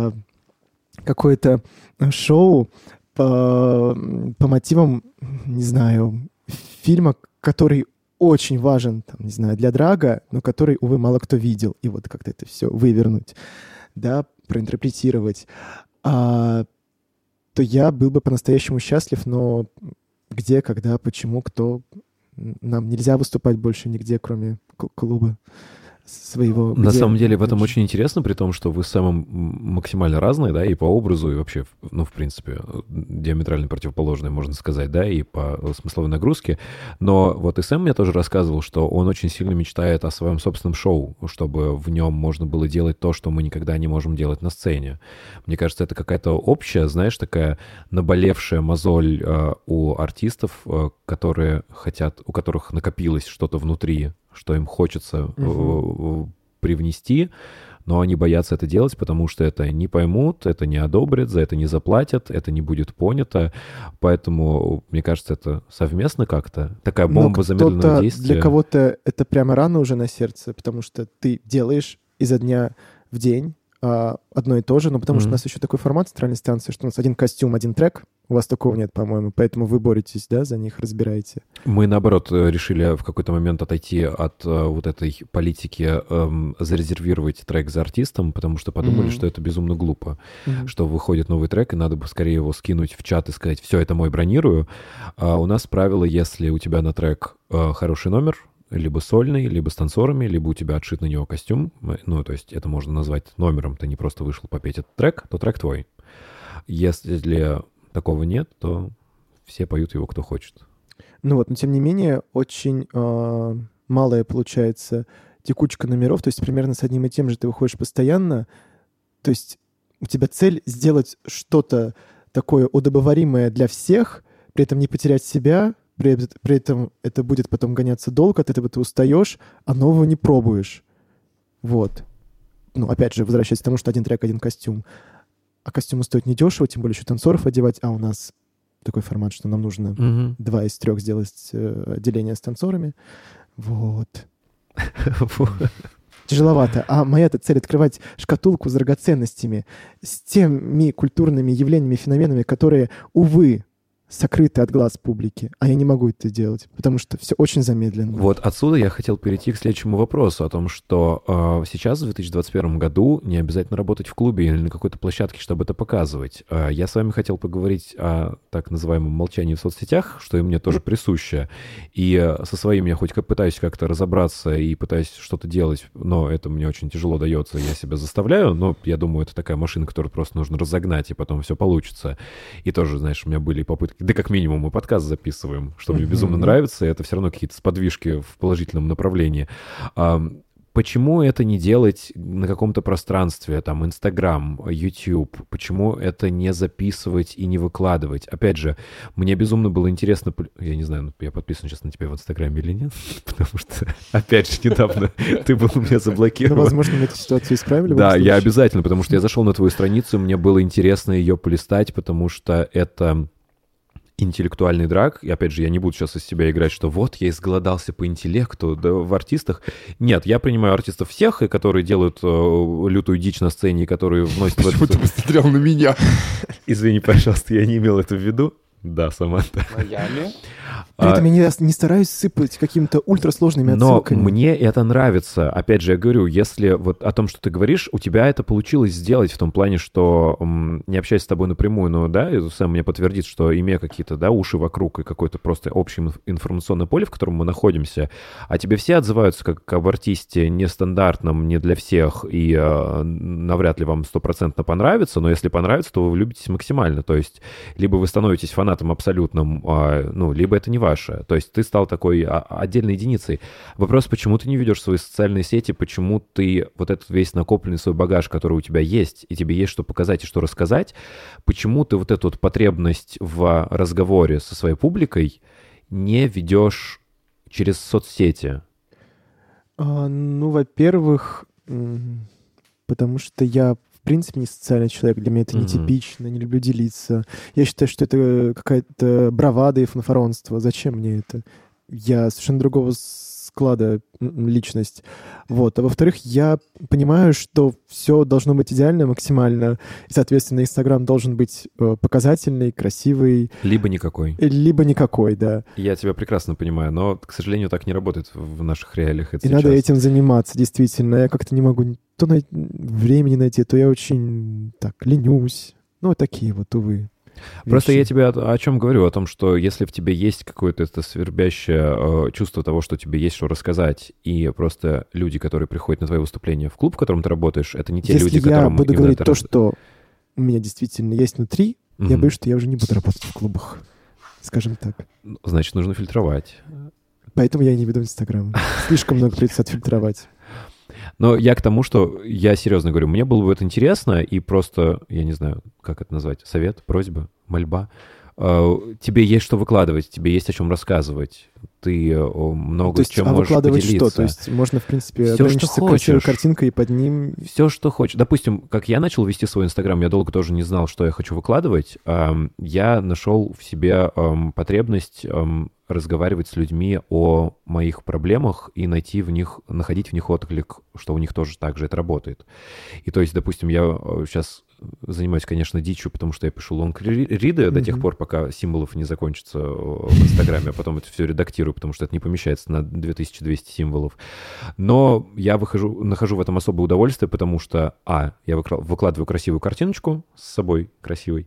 какое-то шоу по мотивам, не знаю, фильма, который очень важен, не знаю, для драга, но который, увы, мало кто видел, и как-то это все вывернуть, да, проинтерпретировать, то я был бы по-настоящему счастлив, но где, когда, почему, кто... Нам нельзя выступать больше нигде, кроме клуба своего. На самом деле в этом очень интересно, при том, что вы с Сэмом максимально разные, да, и по образу, и вообще, в принципе, диаметрально противоположные, можно сказать, да, и по смысловой нагрузке. Но и Сэм мне тоже рассказывал, что он очень сильно мечтает о своем собственном шоу, чтобы в нем можно было делать то, что мы никогда не можем делать на сцене. Мне кажется, это какая-то общая, знаешь, такая наболевшая мозоль у артистов, у которых накопилось что-то внутри, что им хочется привнести, но они боятся это делать, потому что это не поймут, это не одобрят, за это не заплатят, это не будет понято. Поэтому, мне кажется, это совместно как-то. Такая бомба замедленного действия. Для кого-то это прямо рана уже на сердце, потому что ты делаешь изо дня в день одно и то же, но потому что у нас еще такой формат центральной станции, что у нас один костюм, один трек. У вас такого нет, по-моему, поэтому вы боретесь, да, за них, разбираете. Мы, наоборот, решили в какой-то момент отойти от этой политики зарезервировать трек за артистом, потому что подумали, что это безумно глупо, что выходит новый трек, и надо бы скорее его скинуть в чат и сказать, все, это мой, бронирую. А у нас правило, если у тебя на трек хороший номер, либо сольный, либо с танцорами, либо у тебя отшит на него костюм, то есть это можно назвать номером, ты не просто вышел попеть этот трек, то трек твой. Если такого нет, то все поют его, кто хочет. Но тем не менее, очень малая получается текучка номеров, то есть примерно с одним и тем же ты выходишь постоянно, то есть у тебя цель сделать что-то такое удобоваримое для всех, при этом не потерять себя, при этом это будет потом гоняться долго, от этого ты устаешь, а нового не пробуешь. Вот. Ну, опять же, возвращаясь к тому, что один трек, один костюм. А костюмы стоят недешево, тем более еще танцоров одевать, а у нас такой формат, что нам нужно 2 из 3 сделать отделение с танцорами. Вот. Тяжеловато. А моя-то цель — открывать шкатулку с драгоценностями, с теми культурными явлениями, феноменами, которые, увы, сокрыты от глаз публики. А я не могу это делать, потому что все очень замедленно. Вот отсюда я хотел перейти к следующему вопросу о том, что сейчас, в 2021 году, не обязательно работать в клубе или на какой-то площадке, чтобы это показывать. Я с вами хотел поговорить о так называемом молчании в соцсетях, что и мне тоже присуще. И со своим я хоть пытаюсь как-то разобраться и пытаюсь что-то делать, но это мне очень тяжело дается, я себя заставляю, но я думаю, это такая машина, которую просто нужно разогнать, и потом все получится. И тоже, знаешь, у меня были попытки. Да как минимум мы подкаст записываем, что мне безумно нравится, и это все равно какие-то сподвижки в положительном направлении. Почему это не делать на каком-то пространстве, там, Инстаграм, YouTube? Почему это не записывать и не выкладывать? Опять же, мне безумно было интересно... Я не знаю, я подписан сейчас на тебя в Инстаграме или нет, потому что, опять же, недавно ты был у меня заблокирован. Ну, возможно, мы эту ситуацию исправили. Да, я обязательно, потому что я зашел на твою страницу, мне было интересно ее полистать, потому что это... интеллектуальный драк, и опять же, я не буду сейчас из себя играть, что вот, я изголодался по интеллекту, да, в артистах. Нет, я принимаю артистов всех, и которые делают лютую дичь на сцене, и которые вносят... Почему ты посмотрел на меня? Извини, пожалуйста, я не имел это в виду. Да, Саманта. Майами. При этом я не стараюсь сыпать какими-то ультрасложными отсылками. Но мне это нравится. Опять же, я говорю, если вот о том, что ты говоришь, у тебя это получилось сделать в том плане, что, не общаясь с тобой напрямую, но, да, и Сэм мне подтвердит, что имея какие-то, да, уши вокруг и какое-то просто общее информационное поле, в котором мы находимся, а тебе все отзываются как об артисте нестандартном, не для всех, и навряд ли вам 100% понравится, но если понравится, то вы влюбитесь максимально. То есть либо вы становитесь фанатом абсолютным, ну, либо это не ваше. То есть ты стал такой отдельной единицей. Вопрос, почему ты не ведешь свои социальные сети, почему ты вот этот весь накопленный свой багаж, который у тебя есть, и тебе есть что показать и что рассказать, почему ты вот эту вот потребность в разговоре со своей публикой не ведешь через соцсети? Ну, во-первых, потому что я в принципе не социальный человек, для меня это нетипично, не люблю делиться. Я считаю, что это какая-то бравада и фанфаронство. Зачем мне это? Я совершенно другого склада личность. Вот. А во-вторых, я понимаю, что все должно быть идеально максимально, и, соответственно, Инстаграм должен быть показательный, красивый. Либо никакой. Либо никакой, да. Я тебя прекрасно понимаю, но, к сожалению, так не работает в наших реалиях. Это и сейчас. Надо этим заниматься, действительно. Я как-то не могу то времени найти, то я очень так ленюсь. Ну, вот такие вот, увы. Просто вещи. я тебе о чем говорю, о том, что если в тебе есть какое-то это свербящее чувство того, что тебе есть что рассказать, и просто люди, которые приходят на твои выступления в клуб, в котором ты работаешь, это не те если люди, которым... я буду именно говорить это то, что у меня действительно есть внутри, я боюсь, что я уже не буду работать в клубах, скажем так. Значит, нужно фильтровать. Поэтому я и не веду Инстаграм. Слишком много придется отфильтровать. Но я к тому, что я серьезно говорю, мне было бы это интересно, и просто, я не знаю, как это назвать, совет, просьба, мольба. Тебе есть что выкладывать, тебе есть о чем рассказывать. Ты много чем можешь выкладывать поделиться. что? То есть можно, в принципе, Все, ограничиться красивой картинкой и под ним... Все, что хочешь. Допустим, как я начал вести свой Инстаграм, я долго тоже не знал, что я хочу выкладывать. Я нашел в себе потребность разговаривать с людьми о моих проблемах и находить в них отклик, что у них тоже так же это работает. И то есть, допустим, я сейчас занимаюсь, конечно, дичью, потому что я пишу лонг-риды до тех пор, пока символов не закончится в Инстаграме, а потом это все редактирую, потому что это не помещается на 2200 символов. Но я нахожу в этом особое удовольствие, потому что, я выкладываю красивую картиночку с собой красивой,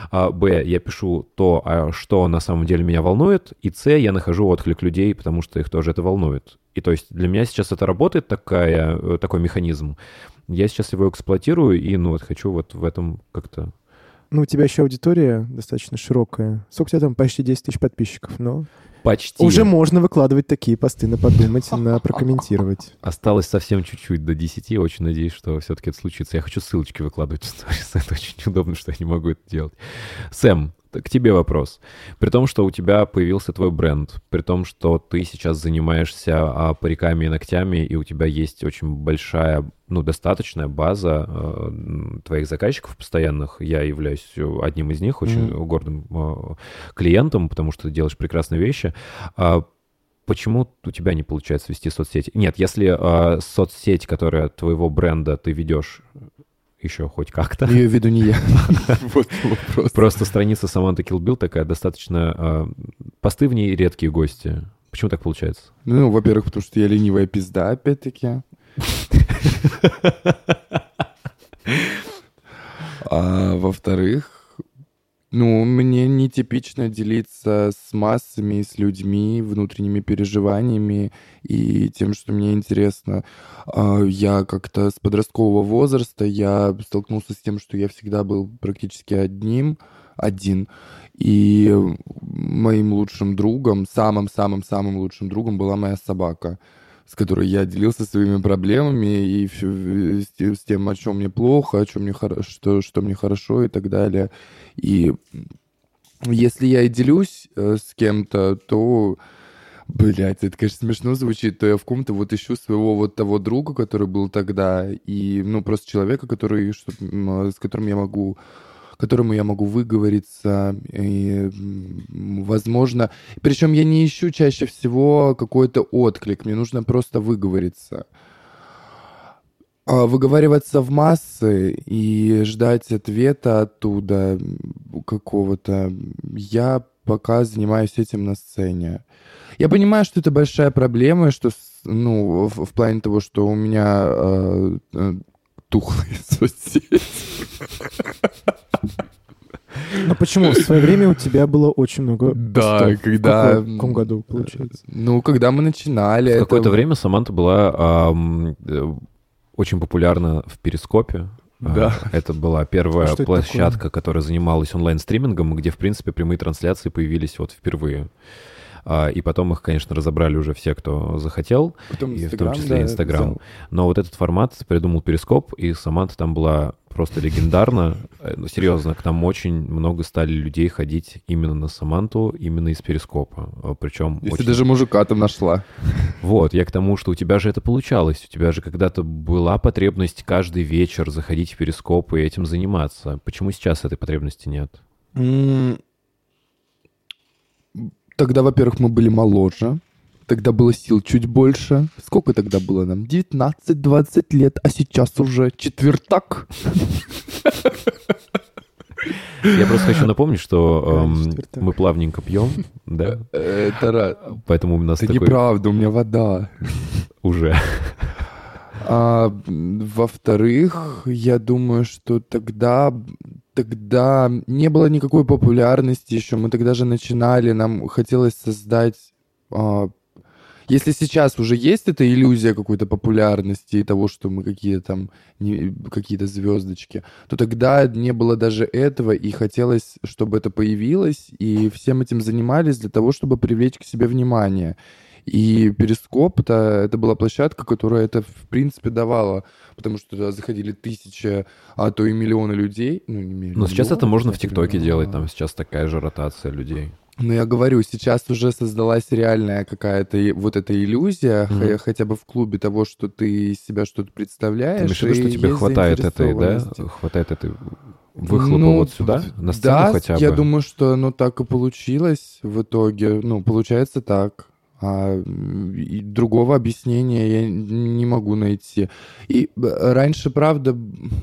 я пишу то, что на самом деле меня волнует, и я нахожу отклик людей, потому что их тоже это волнует. И то есть для меня сейчас это работает, такой механизм. Я сейчас его эксплуатирую и хочу вот в этом как-то... Ну, у тебя еще аудитория достаточно широкая. Сколько у тебя там? Почти 10 тысяч подписчиков, но... Почти. Уже можно выкладывать такие посты на подумать, на прокомментировать. Осталось совсем чуть-чуть до 10. Очень надеюсь, что все-таки это случится. Я хочу ссылочки выкладывать в сторис. Это очень удобно, что я не могу это делать. Сэм, к тебе вопрос. При том, что у тебя появился твой бренд, при том, что ты сейчас занимаешься париками и ногтями, и у тебя есть очень большая, достаточная база твоих заказчиков постоянных. Я являюсь одним из них, очень гордым клиентом, потому что ты делаешь прекрасные вещи. Почему у тебя не получается вести соцсети? Нет, если соцсеть, которая твоего бренда ты ведешь еще хоть как-то. Ее в виду не я. Вот вопрос. Просто страница Саманты Kill Bill такая достаточно... Посты в ней редкие гости. Почему так получается? Во-первых, потому что я ленивая пизда, опять-таки. А во-вторых, мне нетипично делиться с массами, с людьми, внутренними переживаниями и тем, что мне интересно. Я как-то с подросткового возраста я столкнулся с тем, что я всегда был практически один. И моим лучшим другом, самым-самым-самым лучшим другом была моя собака, с которой я делился своими проблемами и с тем, о чем мне плохо, о чем мне хорошо, что мне хорошо и так далее. И если я и делюсь с кем-то, то, блядь, это, конечно, смешно звучит, то я в ком-то ищу своего того друга, который был тогда, и, просто человека, с которым которому я могу выговориться, и, возможно... Причем я не ищу чаще всего какой-то отклик, мне нужно просто выговориться. Выговариваться в массы и ждать ответа оттуда какого-то, я пока занимаюсь этим на сцене. Я понимаю, что это большая проблема, что, в плане того, что у меня тухлые соцсети. Но почему? В свое время у тебя было очень много Да, постов. когда... В каком году, получается? Когда мы начинали... В какое-то время Саманта была очень популярна в Перископе. Да. Это была первая площадка, которая занималась онлайн-стримингом, где, в принципе, прямые трансляции появились впервые. И потом их, конечно, разобрали уже все, кто захотел, потом и в том числе Инстаграм. Но этот формат придумал Перископ, и Саманта там была просто легендарна. Серьезно, к нам очень много стали людей ходить именно на Саманту, именно из Перископа. Причем если даже мужика там нашла. Вот, я к тому, что у тебя же это получалось. У тебя же когда-то была потребность каждый вечер заходить в Перископ и этим заниматься. Почему сейчас этой потребности нет? Тогда, во-первых, мы были моложе. Тогда было сил чуть больше. Сколько тогда было нам? 19-20 лет, а сейчас уже четвертак. Я просто хочу напомнить, что мы плавненько пьем, да? Это рад. Поэтому у нас такой... неправда, у меня вода. Уже. Во-вторых, я думаю, что тогда не было никакой популярности еще. Мы тогда же начинали, нам хотелось создать... Если сейчас уже есть эта иллюзия какой-то популярности и того, что мы какие-то звездочки, то тогда не было даже этого, и хотелось, чтобы это появилось, и всем этим занимались для того, чтобы привлечь к себе внимание. И Перископ это была площадка, которая это, в принципе, давала, потому что туда заходили тысячи, а то и миллионы людей. Но сейчас это можно в ТикТоке делать, там сейчас такая же ротация людей. Я говорю, сейчас уже создалась реальная какая-то эта иллюзия, хотя бы в клубе того, что ты из себя что-то представляешь. Ты имеешь в виду, что тебе хватает этой, да? Хватает этой выхлопа сюда, на сцену хотя бы? Да, я думаю, что оно так и получилось в итоге. Получается так. И другого объяснения я не могу найти. И раньше, правда,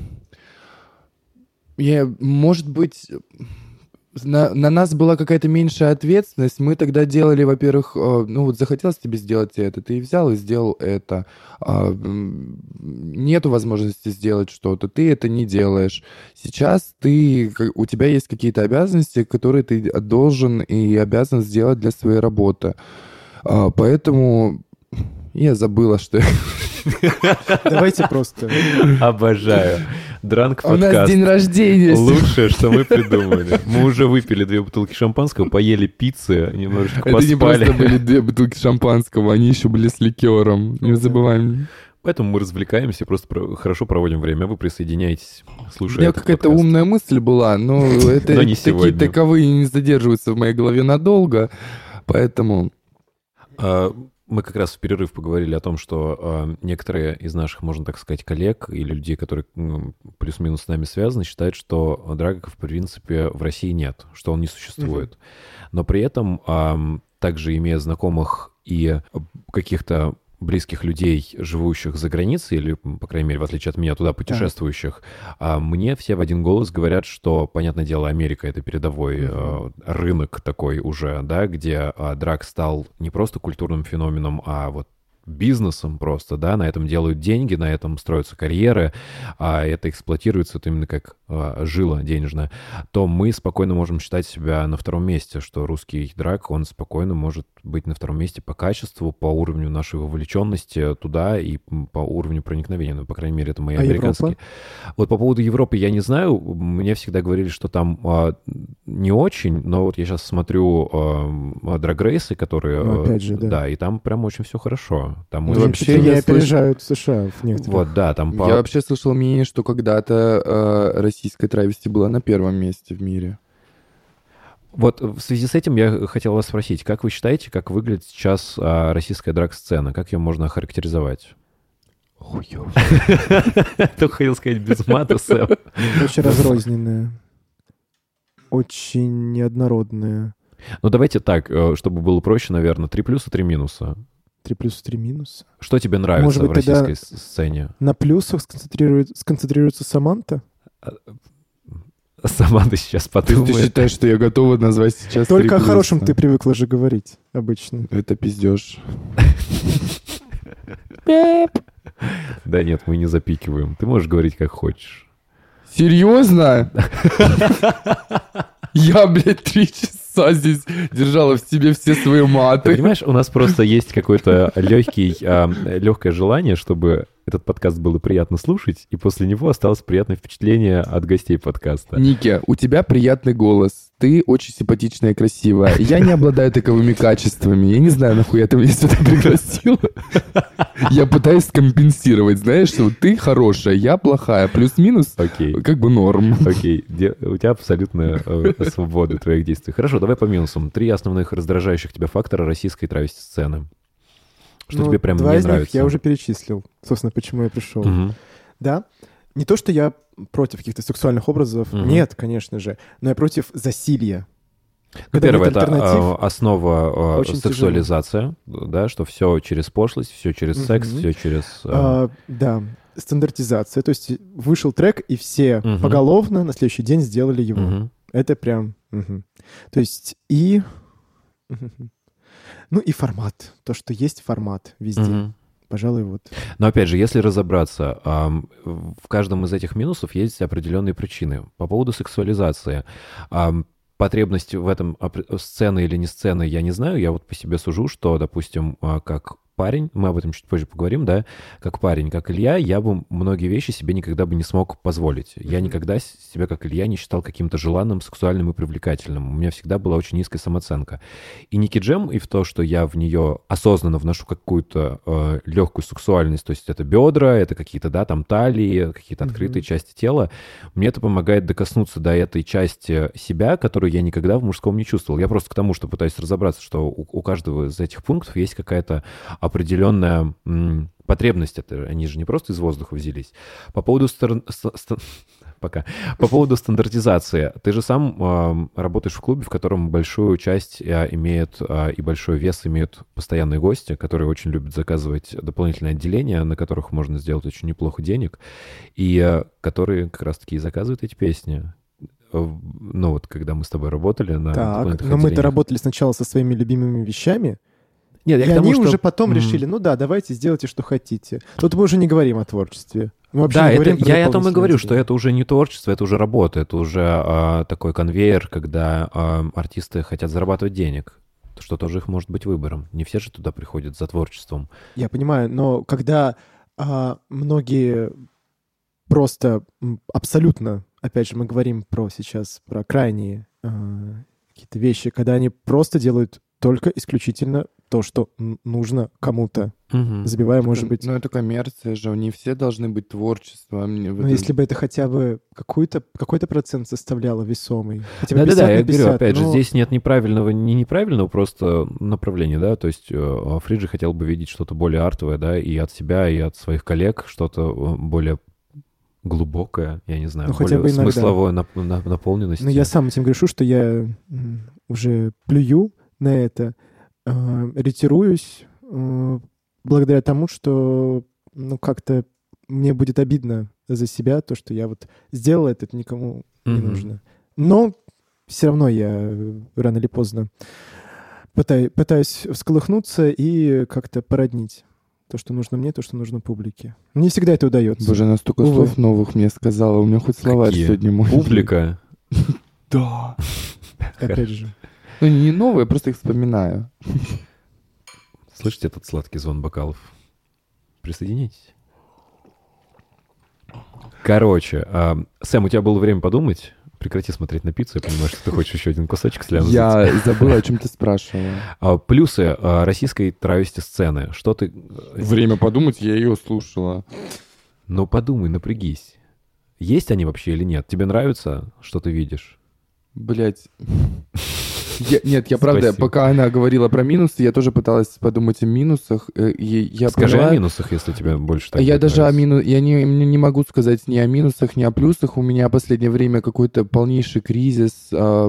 может быть... На нас была какая-то меньшая ответственность. Мы тогда делали, во-первых, захотелось тебе сделать это, ты взял и сделал это. Нету возможности сделать что-то, ты это не делаешь. Сейчас у тебя есть какие-то обязанности, которые ты должен и обязан сделать для своей работы. Поэтому я забыла, что... Давайте просто... Обожаю. Дранк У нас подкаст. день рождения. Лучшее, что мы придумали. Мы уже выпили 2 бутылки шампанского, поели пиццы, немножечко Это не поспали. просто были 2 бутылки шампанского, они еще были с ликером. Не забываем. Поэтому мы развлекаемся, просто хорошо проводим время. Вы присоединяйтесь, У слушая меня этот какая-то подкаст. умная мысль была, но это Но не такие сегодня. таковые не задерживаются в моей голове надолго, поэтому... Мы как раз в перерыв поговорили о том, что некоторые из наших, можно так сказать, коллег или людей, которые плюс-минус с нами связаны, считают, что драга, в принципе, в России нет, что он не существует. Но при этом, также имея знакомых и каких-то близких людей, живущих за границей, или, по крайней мере, в отличие от меня, туда путешествующих, мне все в один голос говорят, что, понятное дело, Америка — это передовой рынок такой уже, да, где драг стал не просто культурным феноменом, а вот бизнесом просто, да, на этом делают деньги, на этом строятся карьеры, а это эксплуатируется вот именно как жила денежная, то мы спокойно можем считать себя на втором месте, что русский драг, он спокойно может быть на втором месте по качеству, по уровню нашей вовлеченности туда и по уровню проникновения, ну, по крайней мере, это мои американские. Европа? Вот по поводу Европы я не знаю, мне всегда говорили, что там не очень, но вот я сейчас смотрю драг-рейсы, которые... Ну, опять же, да. Да, и там прям очень все хорошо. Там Ну, очень вообще, Вообще, я я слышу- опережают США в некоторых. Вот, да, там Я вообще слышал мнение, что когда-то российская травести была на первом месте в мире. Вот в связи с этим я хотел вас спросить, как вы считаете, как выглядит сейчас российская драг-сцена? Как ее можно охарактеризовать? Только хотел сказать без мата, Сэм. Очень разрозненные. Очень неоднородные. Ну, давайте так, чтобы было проще, наверное, 3 плюса, 3 минуса. 3 плюса, 3 минуса. Что тебе нравится Может быть, в российской тогда- сцене? На плюсах сконцентрируется Саманта? Сама ты сейчас Ты подумаешь. считаешь, что я готова назвать сейчас Только о 3 хорошем плюса? ты привыкла же говорить обычно. Это пиздеж. Да нет, мы не запикиваем. Ты можешь говорить как хочешь. Серьезно? Я, блядь, 3 часа здесь держала в себе все свои Ты маты. понимаешь, у нас просто есть какое-то легкое желание, чтобы этот подкаст было приятно слушать, и после него осталось приятное впечатление от гостей подкаста. Ники, у тебя приятный голос. Ты очень симпатичная и красивая. Я не обладаю таковыми качествами. Я не знаю, нахуя ты меня сюда пригласила. Я пытаюсь компенсировать, знаешь, что ты хорошая, я плохая. Плюс-минус, Окей. как бы норм. Окей, у тебя абсолютная свобода твоих действий. Хорошо, давай по минусам. 3 основных раздражающих тебя фактора российской травести-сцены. Что Ну, тебе прям два не из них нравится? я уже перечислил. Собственно, почему я пришел. Мгм. Да. Не то, что я против каких-то сексуальных образов. Мгм. Нет, конечно же. Но я против засилья. Ну, Когда первое, нет это альтернатив, основа очень сексуализация, да, что все через пошлость, все через секс, Мгм. все через... да, стандартизация. То есть вышел трек, и все Мгм. поголовно на следующий день сделали его. Мгм. Это прям... То есть и... Ну и формат. То, что есть формат везде. Мгм. Пожалуй, вот. Но опять же, если разобраться, в каждом из этих минусов есть определенные причины. По поводу сексуализации. Потребность в этом сцены или не сцены, я не знаю. Я вот по себе сужу, что, допустим, как парень, мы об этом чуть позже поговорим, да, как парень, как Илья, я бы многие вещи себе никогда бы не смог позволить. Я никогда себя, как Илья, не считал каким-то желанным, сексуальным и привлекательным. У меня всегда была очень низкая самооценка. И Ники Джем, и в то, что я в нее осознанно вношу какую-то легкую сексуальность, то есть это бедра, это какие-то, да, там талии, какие-то открытые части тела, мне это помогает докоснуться до этой части себя, которую я никогда в мужском не чувствовал. Я просто к тому, что пытаюсь разобраться, что у каждого из этих пунктов есть какая-то определенная потребность. Это, они же не просто из воздуха взялись. По поводу По поводу стандартизации. Ты же сам работаешь в клубе, в котором большую часть имеет и большой вес имеют постоянные гости, которые очень любят заказывать дополнительные отделения, на которых можно сделать очень неплохо денег, и которые как раз-таки и заказывают эти песни. Ну вот, когда мы с тобой работали на Так, дополнительных но мы-то отделениях. работали сначала со своими любимыми вещами, Нет, я и к тому, они что- уже потом решили, ну да, давайте сделайте, что хотите. Тут мы уже не говорим о творчестве. Мы вообще Да, не это, говорим про я и о том и дополнительные говорю, что отделения. это уже не творчество, это уже работа, это уже такой конвейер, когда артисты хотят зарабатывать денег, что тоже их может быть выбором. Не все же туда приходят за творчеством. Я понимаю, но когда многие просто абсолютно, опять же, мы говорим сейчас про крайние какие-то вещи, когда они просто делают только исключительно то, что нужно кому-то, забивая, может быть... Ну, это коммерция же, не все должны быть творчеством. Но если бы это хотя бы какой-то процент составляло весомый, хотя бы Да-да-да, 50 я на 50, говорю, опять же, но- здесь нет неправильного просто направления, да, то есть Фриджи хотел бы видеть что-то более артовое, да, и от себя, и от своих коллег, что-то более глубокое, я не знаю, Ну, хотя более бы иногда. смысловой наполненности. Но я сам этим грешу, что я уже плюю на это, ретируюсь благодаря тому, что как-то мне будет обидно за себя, то, что я вот сделал это никому не нужно. Но все равно я рано или поздно пытаюсь всколыхнуться и как-то породнить то, что нужно мне, то, что нужно публике. Не всегда это удается. Боже, она столько Увы. слов новых мне сказала. У меня хоть словарь Какие? сегодня мой. Публика. Да. Опять же. Ну, не новые, просто их вспоминаю. Слышите этот сладкий звон бокалов? Присоединяйтесь. Короче, Сэм, у тебя было время подумать? Прекрати смотреть на пиццу, я понимаю, что ты хочешь еще один кусочек слямзать. Я забыла, о чем ты спрашивала. Плюсы российской травести сцены. Что ты... Время подумать, я ее слушала. Ну, подумай, напрягись. Есть они вообще или нет? Тебе нравится, что ты видишь? Блять. Нет, я правда, Спасибо. пока она говорила про минусы, я тоже пыталась подумать о минусах. И я Скажи поняла- о минусах, если тебе больше так Я будет даже нравиться. я не могу сказать ни о минусах, ни о плюсах. У меня в последнее время какой-то полнейший кризис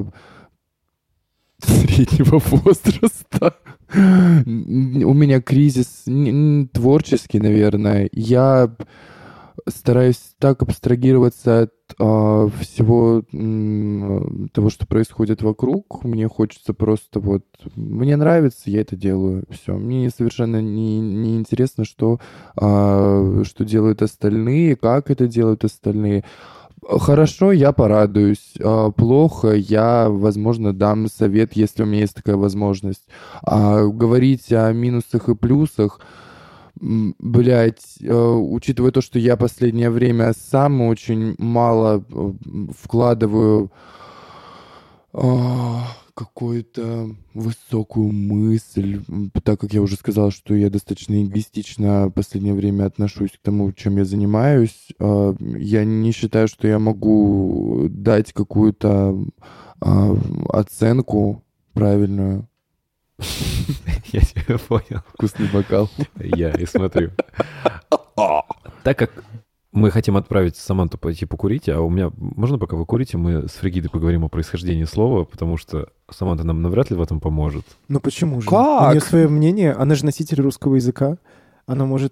среднего возраста. У меня кризис творческий, наверное. Я стараюсь так абстрагироваться от всего того, что происходит вокруг. Мне хочется просто вот... Мне нравится, я это делаю. Все. Мне совершенно не интересно, что делают остальные, как это делают остальные. Хорошо, я порадуюсь. Плохо, я, возможно, дам совет, если у меня есть такая возможность. Говорить о минусах и плюсах, блять, учитывая то, что я последнее время сам очень мало вкладываю какую-то высокую мысль, так как я уже сказал, что я достаточно эгоистично в последнее время отношусь к тому, чем я занимаюсь, я не считаю, что я могу дать какую-то оценку правильную. Я тебя понял. Вкусный бокал. Я и смотрю. Так как мы хотим отправить Саманту пойти покурить, а у меня... Можно, пока вы курите, мы с Фригидой поговорим о происхождении слова, потому что Саманта нам навряд ли в этом поможет. Ну почему же? Как? У нее свое мнение, она же носитель русского языка, она может...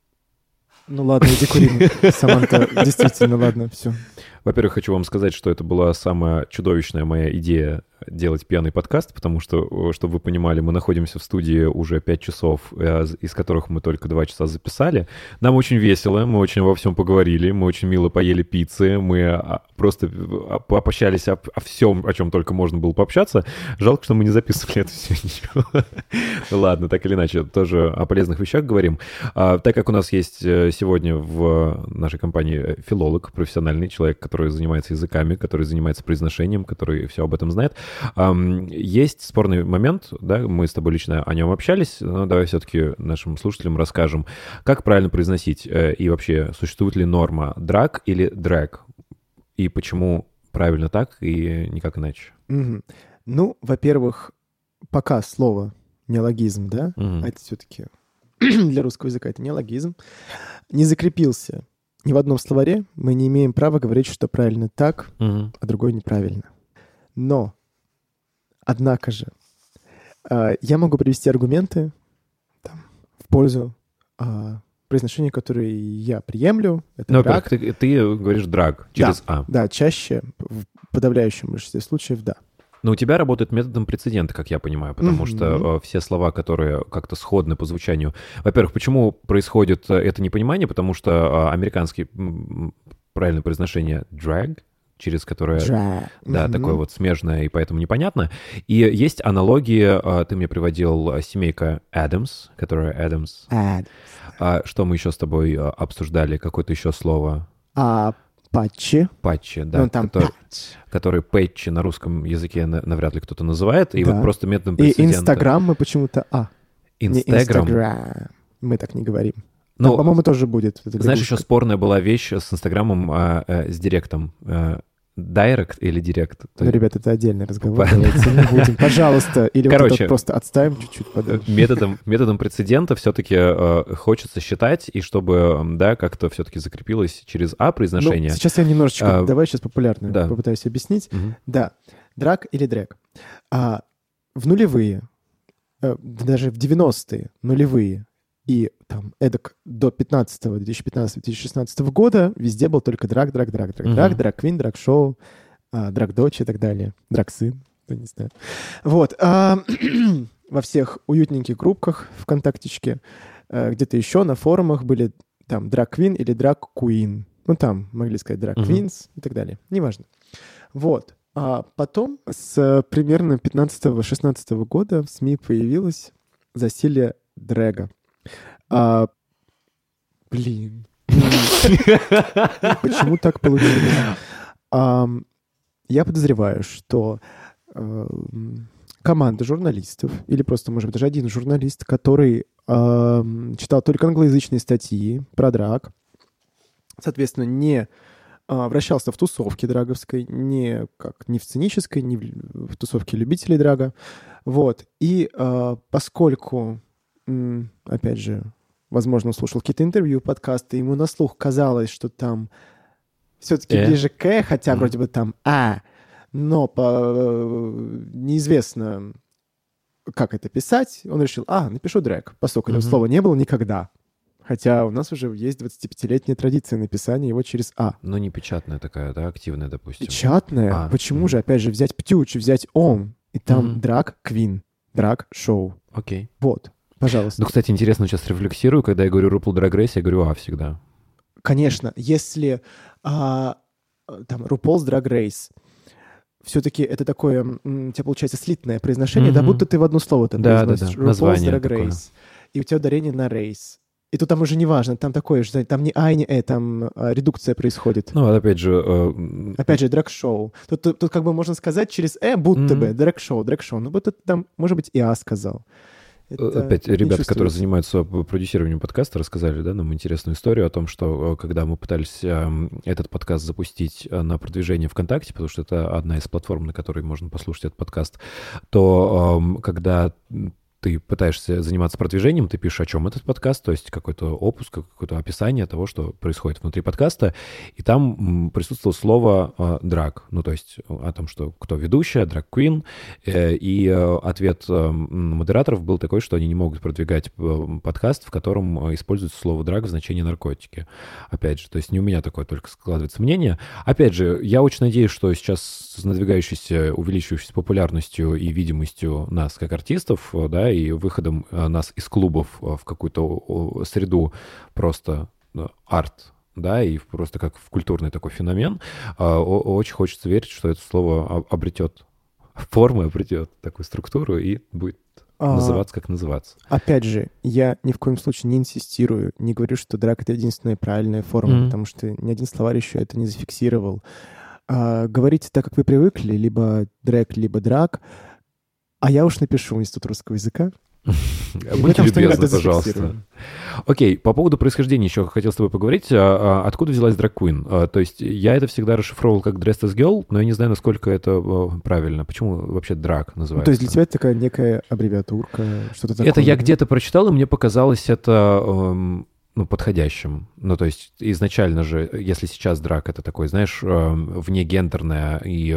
Ну ладно, иди кури. Саманта, действительно, ладно, все. Во-первых, хочу вам сказать, что это была самая чудовищная моя идея делать пьяный подкаст, потому что, чтобы вы понимали, мы находимся в студии уже 5 часов, из которых мы только 2 часа записали. Нам очень весело, мы очень во всем поговорили, мы очень мило поели пиццы, мы просто пообщались о всем, о чем только можно было пообщаться. Жалко, что мы не записывали это все ничего. Ладно, так или иначе, тоже о полезных вещах говорим. Так как у нас есть сегодня в нашей компании филолог, профессиональный человек, который занимается языками, который занимается произношением, который все об этом знает. Есть спорный момент, да, мы с тобой лично о нем общались, но давай все-таки нашим слушателям расскажем, как правильно произносить и вообще существует ли норма драг или драг, и почему правильно так и никак иначе. Мгм. Ну, во-первых, пока слово неологизм, да, Мгм. а это все-таки для русского языка это неологизм, не закрепился ни в одном словаре, мы не имеем права говорить, что правильно так, Мгм. а другое неправильно. Но, однако же, я могу привести аргументы там, в пользу произношения, которые я приемлю. Это Ну, драг. во-первых, ты говоришь драг через «а». Да, чаще, в подавляющем большинстве случаев, да. Но у тебя работает методом прецедента, как я понимаю, потому Мгм. что все слова, которые как-то сходны по звучанию... Во-первых, почему происходит это непонимание? Потому что американский правильное произношение drag, через которое... Да, Мгм. такое вот смежное и поэтому непонятно. И есть аналогии, ты мне приводил семейка Адамс, которая Адамс. Add. Что мы еще с тобой обсуждали? Какое-то еще слово? А патчи? Патчи, да. Ну, там Которые пэтчи на русском языке навряд ли кто-то называет. И да. вот просто методом И прецедента... Инстаграм мы почему-то... Инстаграм. Мы так не говорим. Ну, там, по-моему, тоже будет. Знаешь, еще спорная была вещь с Инстаграмом, с Директом. Директ или Директ? Ну, ребят, это отдельный разговор. Давайте не будем. Пожалуйста. Или вот это просто отставим чуть-чуть подальше. Методом прецедента все-таки хочется считать, и чтобы, да, как-то все-таки закрепилось через «а» произношение. Ну, сейчас я немножечко... Давай сейчас популярно попытаюсь объяснить. Да. Драг или дрэг. В нулевые, даже в 90-е, нулевые, и там эдак до 2015-2016 года везде был только драг, драг-квин, драг-шоу, драг-дочь и так далее. Драг-сын, не знаю. Вот. Во всех уютненьких группках ВКонтактичке, где-то еще на форумах были там драг-квин или драг-куин. Ну, там могли сказать драг-квинс и так далее. Неважно. Вот. А потом с примерно 15-16 года в СМИ появилось засилье дрэга. Блин. Почему так получилось? Я подозреваю, что команда журналистов, или просто, может быть, даже один журналист, который читал только англоязычные статьи про драг, соответственно, не вращался в тусовке драговской, не в сценической, не в тусовке любителей драга. Вот. И поскольку, опять же, возможно, слушал какие-то интервью, подкасты, ему на слух казалось, что там все-таки ближе к хотя вроде бы там но неизвестно, как это писать. Он решил, напишу дрэг, поскольку этого слова не было никогда. Хотя у нас уже есть 25-летняя традиция написания его через Ну, не печатная такая, да, активная, допустим. Печатная? Почему же, опять же, взять птюч, взять он, и там драг-квин, драг-шоу. Окей. Вот. Пожалуйста. Ну, кстати, интересно, сейчас рефлексирую, когда я говорю RuPaul Drag Race, я говорю всегда. Конечно. Если там RuPaul's Drag Race, все-таки это такое, у тебя получается слитное произношение, да будто ты в одно слово там произносишь. Да. RuPaul's Drag Race. И у тебя ударение на рейс. И тут там уже не важно, там такое же, там не не там редукция происходит. Ну, опять же... Опять же, драг-шоу. Тут как бы можно сказать через будто бы, драг-шоу. Ну, вот это там, может быть, и сказал. Это опять ребята, которые занимаются продюсированием подкаста, рассказали, да, нам интересную историю о том, что когда мы пытались этот подкаст запустить на продвижение ВКонтакте, потому что это одна из платформ, на которой можно послушать этот подкаст, то когда ты пытаешься заниматься продвижением, ты пишешь, о чем этот подкаст, то есть какой-то опуск, какое-то описание того, что происходит внутри подкаста, и там присутствовало слово «драг», ну, то есть о том, что кто ведущая, драг-квин, и ответ модераторов был такой, что они не могут продвигать подкаст, в котором используется слово «драг» в значении наркотики. Опять же, то есть не у меня такое только складывается мнение. Опять же, я очень надеюсь, что сейчас с надвигающейся, увеличиваейся популярностью и видимостью нас как артистов, да, и выходом нас из клубов в какую-то среду просто арт, да, и просто как в культурный такой феномен, очень хочется верить, что это слово обретет форму, обретет такую структуру и будет называться, как называться. Опять же, я ни в коем случае не инсистирую, не говорю, что драг — это единственная правильная форма, потому что ни один словарь еще это не зафиксировал. Говорите так, как вы привыкли, либо дрэг, либо драг, а я уж напишу в Институт русского языка. Будьте любезны, пожалуйста. Окей, по поводу происхождения еще хотел с тобой поговорить. Откуда взялась драг-квин? То есть я это всегда расшифровывал как dressed as girl, но я не знаю, насколько это правильно. Почему вообще драг называется? То есть для тебя это такая некая аббревиатурка, что-то такое? Это я где-то прочитал, и мне показалось это... подходящим. Ну, то есть изначально же, если сейчас драг — это такой, знаешь, внегендерное и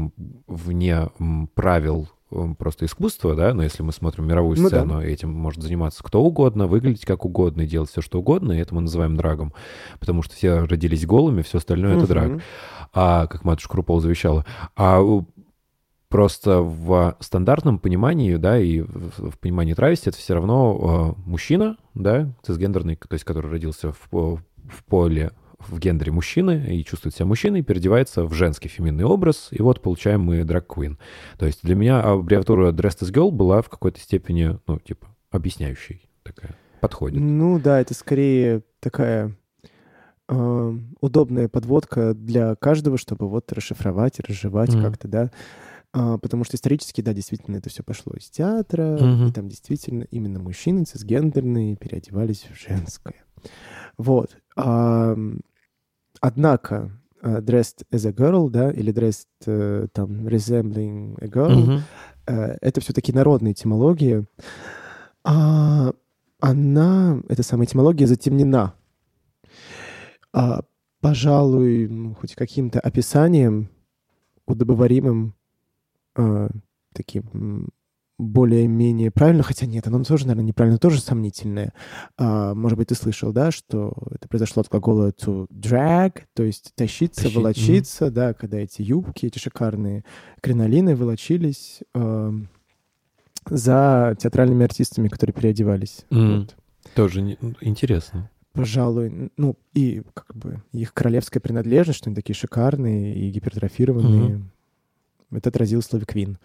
вне правил просто искусство, да, но если мы смотрим мировую сцену, этим может заниматься кто угодно, выглядеть как угодно и делать все, что угодно, и это мы называем драгом, потому что все родились голыми, все остальное — это драг. Как матушка RuPaul завещала. Просто в стандартном понимании, да, и в понимании травести это все равно мужчина, да, цисгендерный, то есть который родился в поле, в гендере мужчины и чувствует себя мужчиной, переодевается в женский феминный образ, и вот получаем мы драг-квин. То есть для меня аббревиатура dressed as girl была в какой-то степени, ну, типа, объясняющей такая, подходит. Ну да, это скорее такая удобная подводка для каждого, чтобы вот расшифровать, разжевать как-то, да. Потому что исторически, да, действительно, это все пошло из театра, и там действительно именно мужчины цисгендерные переодевались в женское. Вот. Однако dressed as a girl, да, или dressed там resembling a girl, это все-таки народная этимология. Эта самая этимология затемнена. Пожалуй, хоть каким-то описанием удобоваримым, таким более-менее правильно, хотя нет, оно тоже, наверное, неправильно, тоже сомнительное. Может быть, ты слышал, да, что это произошло от глагола to drag, то есть тащиться, волочиться, да, когда эти юбки, эти шикарные кринолины волочились за театральными артистами, которые переодевались. Вот. Тоже интересно. Пожалуй, ну, и как бы их королевская принадлежность, что они такие шикарные и гипертрофированные, это отразилось в слове «квин».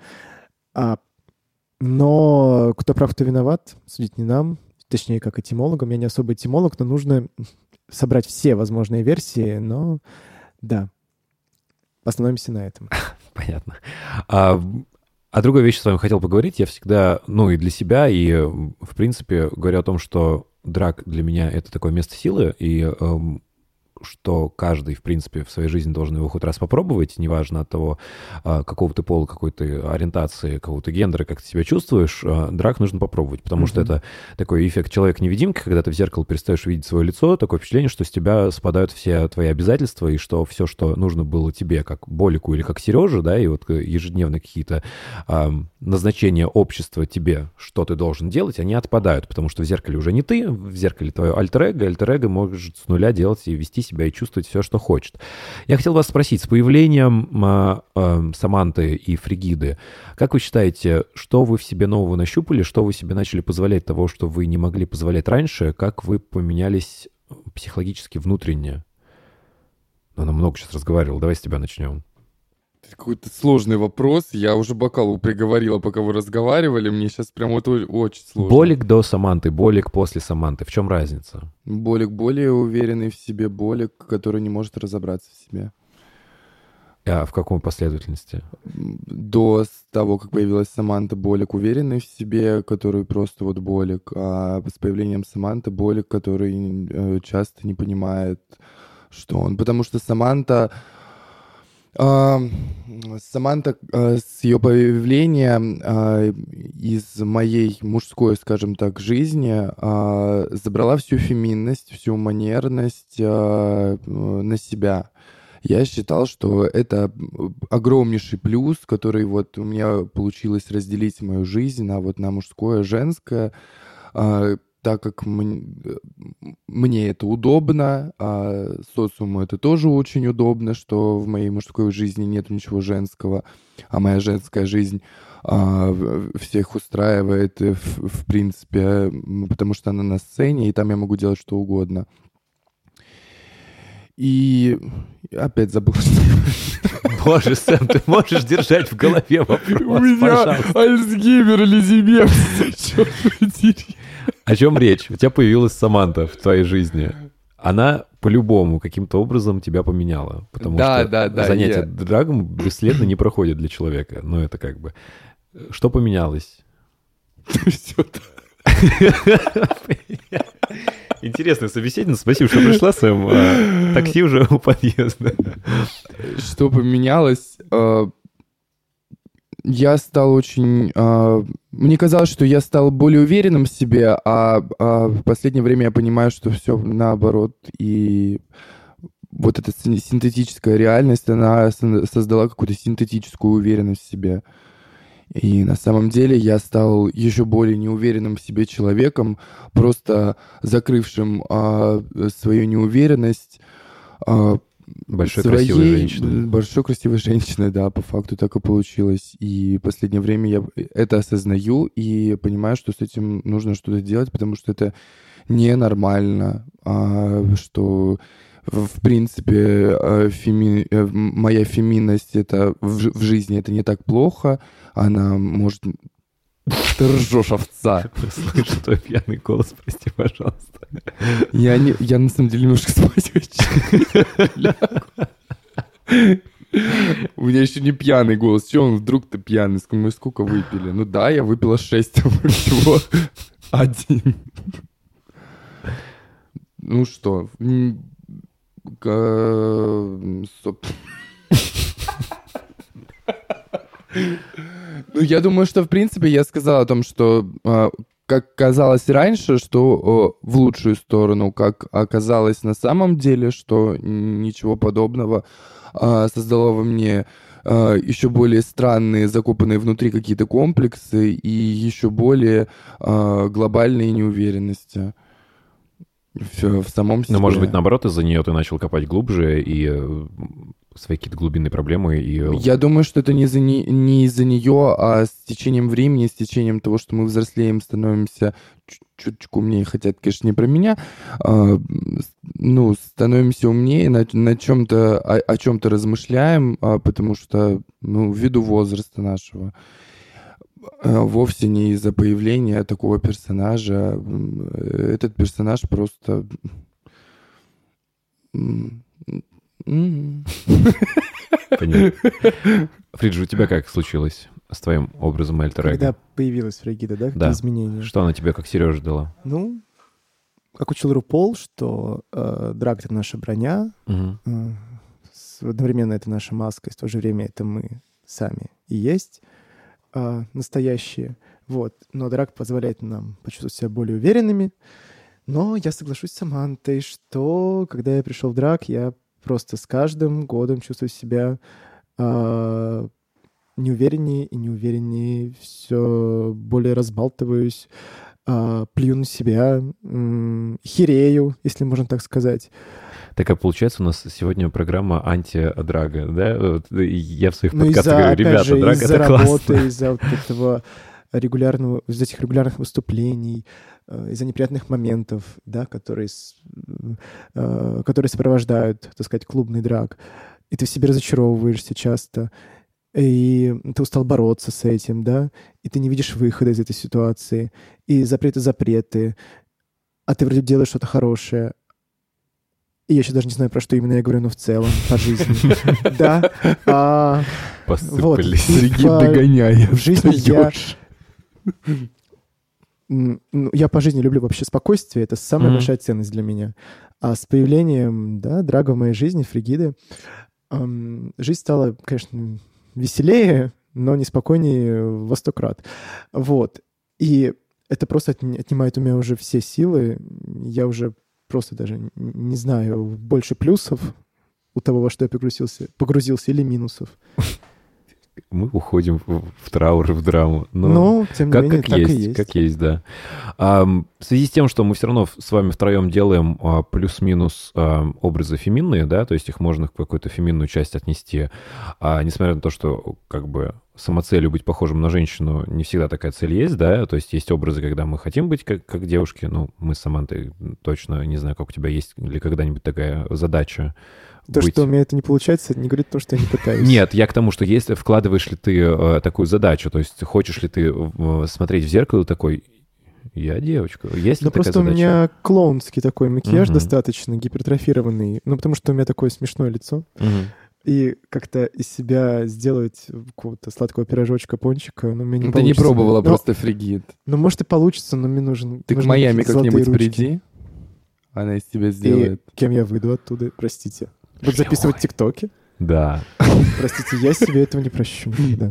Но кто прав, кто виноват, судить не нам, точнее, как этимологам. Я не особо этимолог, но нужно собрать все возможные версии, но да, остановимся на этом. Понятно. О другой вещи с вами хотел поговорить. Я всегда, ну, и для себя, и, в принципе, говорю о том, что драг для меня — это такое место силы, и что каждый, в принципе, в своей жизни должен его хоть раз попробовать, неважно от того, какого ты пола, какой ты ориентации, какого ты гендера, как ты себя чувствуешь, драг нужно попробовать, потому что это такой эффект человека-невидимки, когда ты в зеркало перестаешь видеть свое лицо, такое впечатление, что с тебя спадают все твои обязательства, и что все, что нужно было тебе, как Болику или как Сереже, да, и вот ежедневно какие-то назначения общества тебе, что ты должен делать, они отпадают, потому что в зеркале уже не ты, в зеркале твое альтер-эго может с нуля делать и вести себя и чувствовать все, что хочет. Я хотел вас спросить, с появлением Саманты и Фригиды, как вы считаете, что вы в себе нового нащупали, что вы себе начали позволять того, что вы не могли позволять раньше, как вы поменялись психологически внутренне? Она много сейчас разговаривала, давай с тебя начнем. Какой-то сложный вопрос. Я уже бокалу приговорила, пока вы разговаривали. Мне сейчас прям вот очень сложно. Болик до Саманты, Болик после Саманты. В чем разница? Болик более уверенный в себе, Болик, который не может разобраться в себе. А в какой последовательности? До того, как появилась Саманта, Болик уверенный в себе, который просто вот Болик. А с появлением Саманты Болик, который часто не понимает, что он. Потому что Саманта с ее появления из моей мужской, скажем так, жизни забрала всю феминность, всю манерность на себя. Я считал, что это огромнейший плюс, который вот у меня получилось разделить мою жизнь на мужское, женское, так как мне это удобно, а социуму это тоже очень удобно, что в моей мужской жизни нет ничего женского, а моя женская жизнь всех устраивает, в принципе, потому что она на сцене, и там я могу делать что угодно. И опять забыл, что... Боже, Сэм, ты можешь держать в голове вопрос, у меня Альцгеймер или Зимевский, черт подери. О чем речь? У тебя появилась Саманта в твоей жизни. Она по-любому каким-то образом тебя поменяла. Потому что занятия драгом бесследно не проходят для человека. Ну, это как бы... Что поменялось? Интересная собеседница. Спасибо, что пришла, Сэм. Такси уже у подъезда. Что поменялось? Я стал очень... Мне казалось, что я стал более уверенным в себе, а в последнее время я понимаю, что все наоборот. И вот эта синтетическая реальность, она создала какую-то синтетическую уверенность в себе. И на самом деле я стал еще более неуверенным в себе человеком, просто закрывшим свою неуверенность большой красивой женщиной. Большой красивой женщиной, да, по факту так и получилось. И в последнее время я это осознаю и понимаю, что с этим нужно что-то делать, потому что это ненормально, что в принципе моя феминность это в жизни это не так плохо, она может Ты ржешь, овца. Слышу твой пьяный голос, прости, пожалуйста. Я на самом деле немножко спать хочу. У меня еще не пьяный голос. Чего он вдруг-то пьяный? Мы сколько выпили? Ну да, я выпила 6, всего 1. Ну что? Ну, я думаю, что, в принципе, я сказал о том, что, как казалось раньше, что в лучшую сторону, как оказалось на самом деле, что ничего подобного создало во мне еще более странные, закопанные внутри какие-то комплексы и еще более глобальные неуверенности в самом себе. Ну, может быть, наоборот, из-за нее ты начал копать глубже и свои какие-то глубинные проблемы. И... Я думаю, что это не из-за нее, а с течением времени, с течением того, что мы взрослеем, становимся чуть-чуть умнее, хотя это, конечно, не про меня, ну, становимся умнее, на чем-то, о чем-то размышляем, потому что, ну, ввиду возраста нашего, вовсе не из-за появления такого персонажа. Этот персонаж просто... Понятно. Фриджи, у тебя как случилось с твоим образом альтер-эго? Когда появилась Фригида, да? Какие изменения? Что она тебе, как Сережа, дала? Ну, как учил Рупол, что драг — это наша броня, одновременно это наша маска, и в то же время это мы сами и есть настоящие. Вот. Но драг позволяет нам почувствовать себя более уверенными. Но я соглашусь с Самантой, что когда я пришел в драг, я просто с каждым годом чувствую себя неувереннее и неувереннее, все более разбалтываюсь, плюю на себя, херею, если можно так сказать. Так, а получается, у нас сегодня программа анти-драга, да? Вот, я в своих подкастах говорю, ребята, драг — это классно. Работы, из-за вот этого из этих регулярных выступлений, из-за неприятных моментов, да, которые сопровождают, так сказать, клубный драг. И ты в себе разочаровываешься часто, и ты устал бороться с этим, да, и ты не видишь выхода из этой ситуации, и запреты, а ты вроде делаешь что-то хорошее. И я еще даже не знаю, про что именно я говорю, но в целом, по жизни. Да. Посыпались. Сергей, догоняй. В жизни я по жизни люблю вообще спокойствие, это самая большая ценность для меня. А с появлением, да, драга в моей жизни, Фригиды, жизнь стала, конечно, веселее, но не спокойнее во 100 крат. Вот. И это просто отнимает у меня уже все силы. Я уже просто даже не знаю больше плюсов у того, во что я погрузился или минусов. Мы уходим в траур, в драму. Но тем не менее, так и есть. Как есть, да. В связи с тем, что мы все равно с вами втроем делаем плюс-минус образы феминные, да, то есть их можно в какую-то феминную часть отнести, несмотря на то, что как бы самоцелью быть похожим на женщину не всегда такая цель есть, да, то есть есть образы, когда мы хотим быть как девушки, ну, мы с Самантой точно, не знаю, как у тебя есть ли когда-нибудь такая задача. То, что у меня это не получается, не говорит о том, что я не пытаюсь. Нет, я к тому, что если вкладываешь ли ты такую задачу, то есть хочешь ли ты смотреть в зеркало такой, я девочка, есть ли такая просто задача? У меня клоунский такой макияж достаточно гипертрофированный, ну, потому что у меня такое смешное лицо. И как-то из себя сделать какого-то сладкого пирожочка, пончика, ну, мне не получится. Ты не пробовала просто Фригид. Ну, может, и получится, но мне нужен... Ты к Майами как-нибудь приди, она из тебя сделает. И кем я выйду оттуда, простите? Буду записывать тиктоки? Да. Простите, я себе этого не прощу. Да.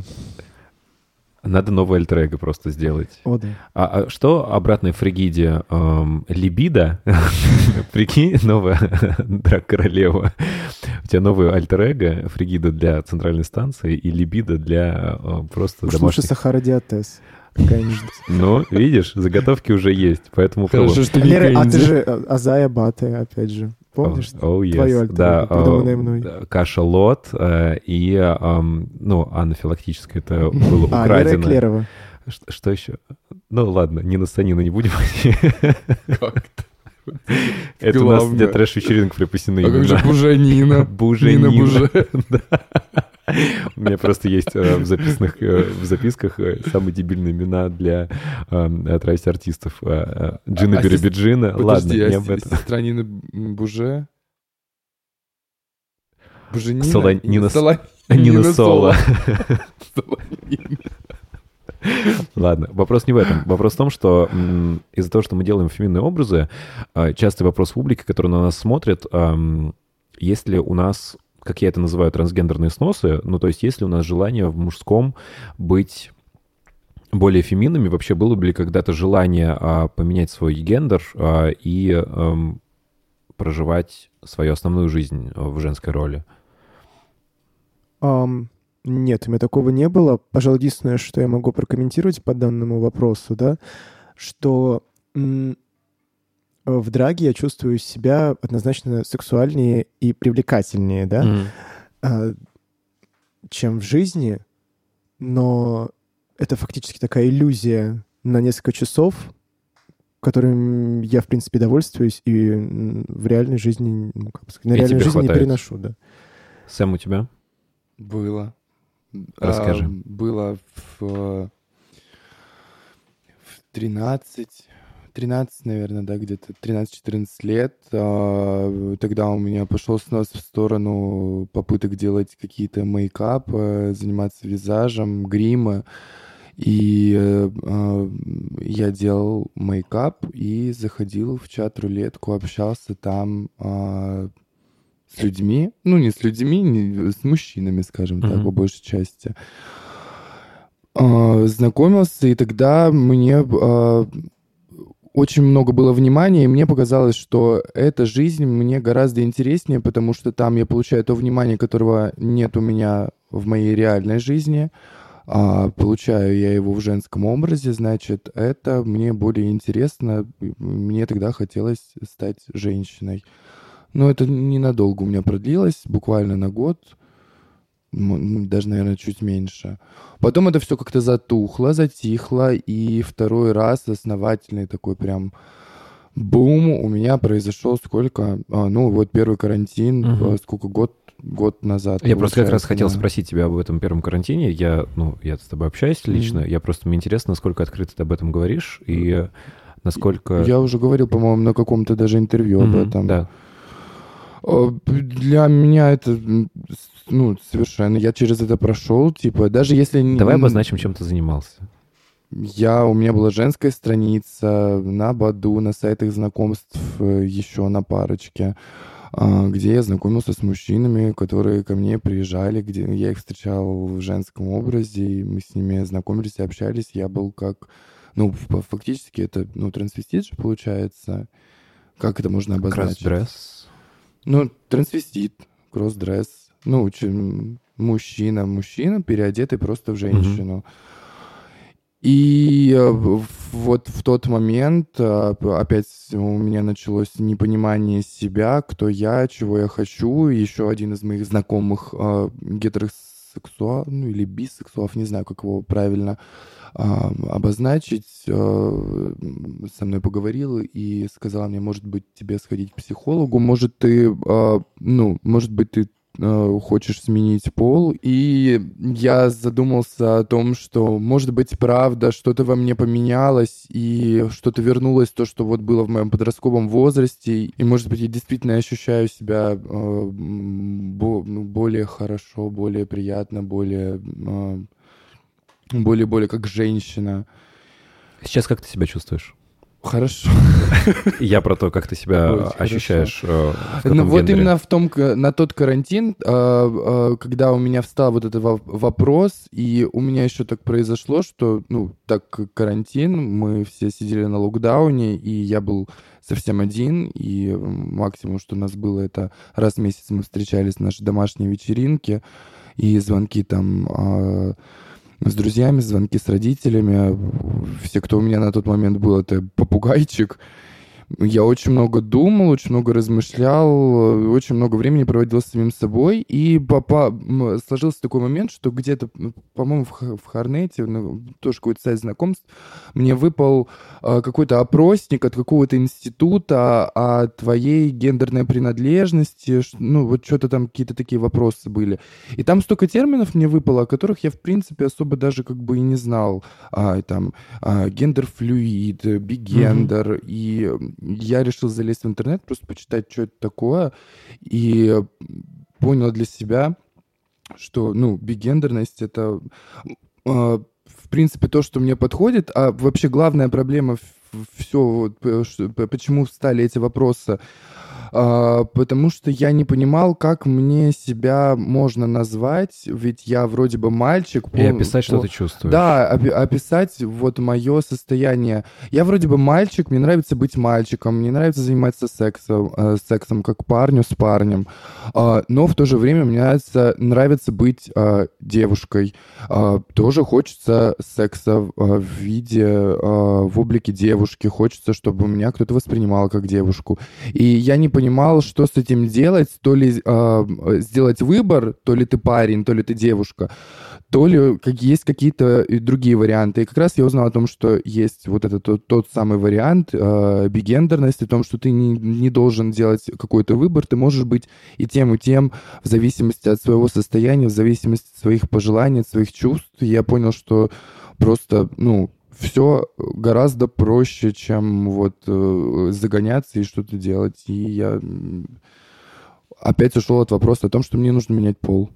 Надо новый альтер-эго просто сделать. О, да. А что обратной Фригиде? Либидо? Прикинь, новая драг-королева. У тебя новый альтер-эго, Фригида для центральной станции и либидо для просто домашних. Лучше Сахара Диатез. Какая-нибудь. Ну, видишь, заготовки уже есть, поэтому... Хорошо, что не Лера, а ты же Азая Баты, опять же. Помнишь? Твою альтер-эго, придуманное мной. Кашалот и, ну, анафилактическое, это было украдено. Лера Эклерова. Что еще? Ну, ладно, Нина Санина не будем. Как-то. Это у нас для трэш-вечеринок припасены. А как же Бужанина? Бужанина. У меня просто есть в записках самые дебильные имена для трайс-артистов. Джина Биробиджина. Ладно, не об этом. Сестра Нины Буже? Буженина? Нина Соло. Ладно, вопрос не в этом. Вопрос в том, что из-за того, что мы делаем феминные образы, частый вопрос публики, который на нас смотрит, есть ли у нас, как я это называю, трансгендерные сносы, ну, то есть есть ли у нас желание в мужском быть более феминными, вообще было бы ли когда-то желание поменять свой гендер и проживать свою основную жизнь в женской роли? Нет, у меня такого не было. Пожалуй, единственное, что я могу прокомментировать по данному вопросу, да, что в драге я чувствую себя однозначно сексуальнее и привлекательнее, да, чем в жизни, но это фактически такая иллюзия на несколько часов, которым я, в принципе, довольствуюсь и в реальной жизни, ну, как бы сказать, на реальной жизни не переношу, да. Сэм, у тебя? Было. Расскажи. Было в 13, наверное, да, где-то 13-14 лет. Тогда у меня пошел снос в сторону попыток делать какие-то мейкап, заниматься визажем, грима. И я делал мейкап и заходил в чат-рулетку, общался там с людьми, ну, не с людьми, с мужчинами, скажем так, по большей части. Знакомился, и тогда мне очень много было внимания, и мне показалось, что эта жизнь мне гораздо интереснее, потому что там я получаю то внимание, которого нет у меня в моей реальной жизни, получаю я его в женском образе, значит, это мне более интересно, мне тогда хотелось стать женщиной. Но это ненадолго у меня продлилось, буквально на год, даже, наверное, чуть меньше. Потом это все как-то затихло, и второй раз основательный такой прям бум у меня произошел сколько? Ну, вот первый карантин, сколько, год назад. Я просто как раз хотел спросить тебя об этом первом карантине. Я с тобой общаюсь лично, мне интересно, насколько открыто ты об этом говоришь, и насколько... Я уже говорил, по-моему, на каком-то даже интервью об этом. Да. Для меня это, совершенно... Я через это прошел, типа, даже если... Давай обозначим, чем ты занимался. У меня была женская страница на Баду, на сайтах знакомств, еще на парочке, где я знакомился с мужчинами, которые ко мне приезжали, где я их встречал в женском образе, и мы с ними знакомились и общались. Я был как... фактически это, трансвестит же получается. Как это можно обозначить? Кросс-дресс? Трансвестит, кросс-дресс. Мужчина, переодетый просто в женщину. И вот в тот момент опять у меня началось непонимание себя, кто я, чего я хочу. Еще один из моих знакомых гетеросексуалов, или бисексуалов, не знаю, как его правильно обозначить, со мной поговорил и сказал мне, может быть, тебе сходить к психологу, может быть, ты хочешь сменить пол. И я задумался о том, что, может быть, правда, что-то во мне поменялось, и что-то вернулось, то, что вот было в моем подростковом возрасте, и, может быть, я действительно ощущаю себя более хорошо, более приятно, более как женщина. Сейчас как ты себя чувствуешь? Хорошо. Я про то, как ты себя ощущаешь в каком вот гендере. именно на тот карантин, когда у меня встал вот этот вопрос, и у меня еще так произошло, что, так как карантин, мы все сидели на локдауне, и я был совсем один, и максимум, что у нас было, это раз в месяц мы встречались на нашей домашней вечеринке, и звонки там... с друзьями, звонки с родителями. Все, кто у меня на тот момент был, это попугайчик. я очень много думал, очень много размышлял, очень много времени проводил с самим собой, и сложился такой момент, что где-то, по-моему, в Хорнете, тоже какой-то сайт знакомств, мне выпал какой-то опросник от какого-то института о твоей гендерной принадлежности, ну, вот что-то там какие-то такие вопросы были. И там столько терминов мне выпало, о которых я, в принципе, особо даже как бы и не знал. Там гендер-флюид, бигендер, и я решил залезть в интернет, просто почитать, что это такое, и понял для себя, что, ну, бигендерность — это, в принципе, то, что мне подходит, а вообще главная проблема, все, почему встали эти вопросы, потому что я не понимал, как мне себя можно назвать, ведь я вроде бы мальчик. И описать, что ты чувствуешь. Да, описать вот мое состояние. Я вроде бы мальчик, мне нравится быть мальчиком, мне нравится заниматься сексом как парню с парнем, но в то же время мне нравится быть девушкой. Тоже хочется секса в виде, в облике девушки, хочется, чтобы меня кто-то воспринимал как девушку. И я не понимал, что с этим делать, то ли сделать выбор, то ли ты парень, то ли ты девушка, то ли есть какие-то другие варианты. И как раз я узнал о том, что есть вот этот тот самый вариант бигендерности, о том, что ты не должен делать какой-то выбор, ты можешь быть и тем, в зависимости от своего состояния, в зависимости от своих пожеланий, от своих чувств. И я понял, что просто, ну, все гораздо проще, чем вот загоняться и что-то делать. И я опять ушел от вопроса о том, что мне нужно менять пол.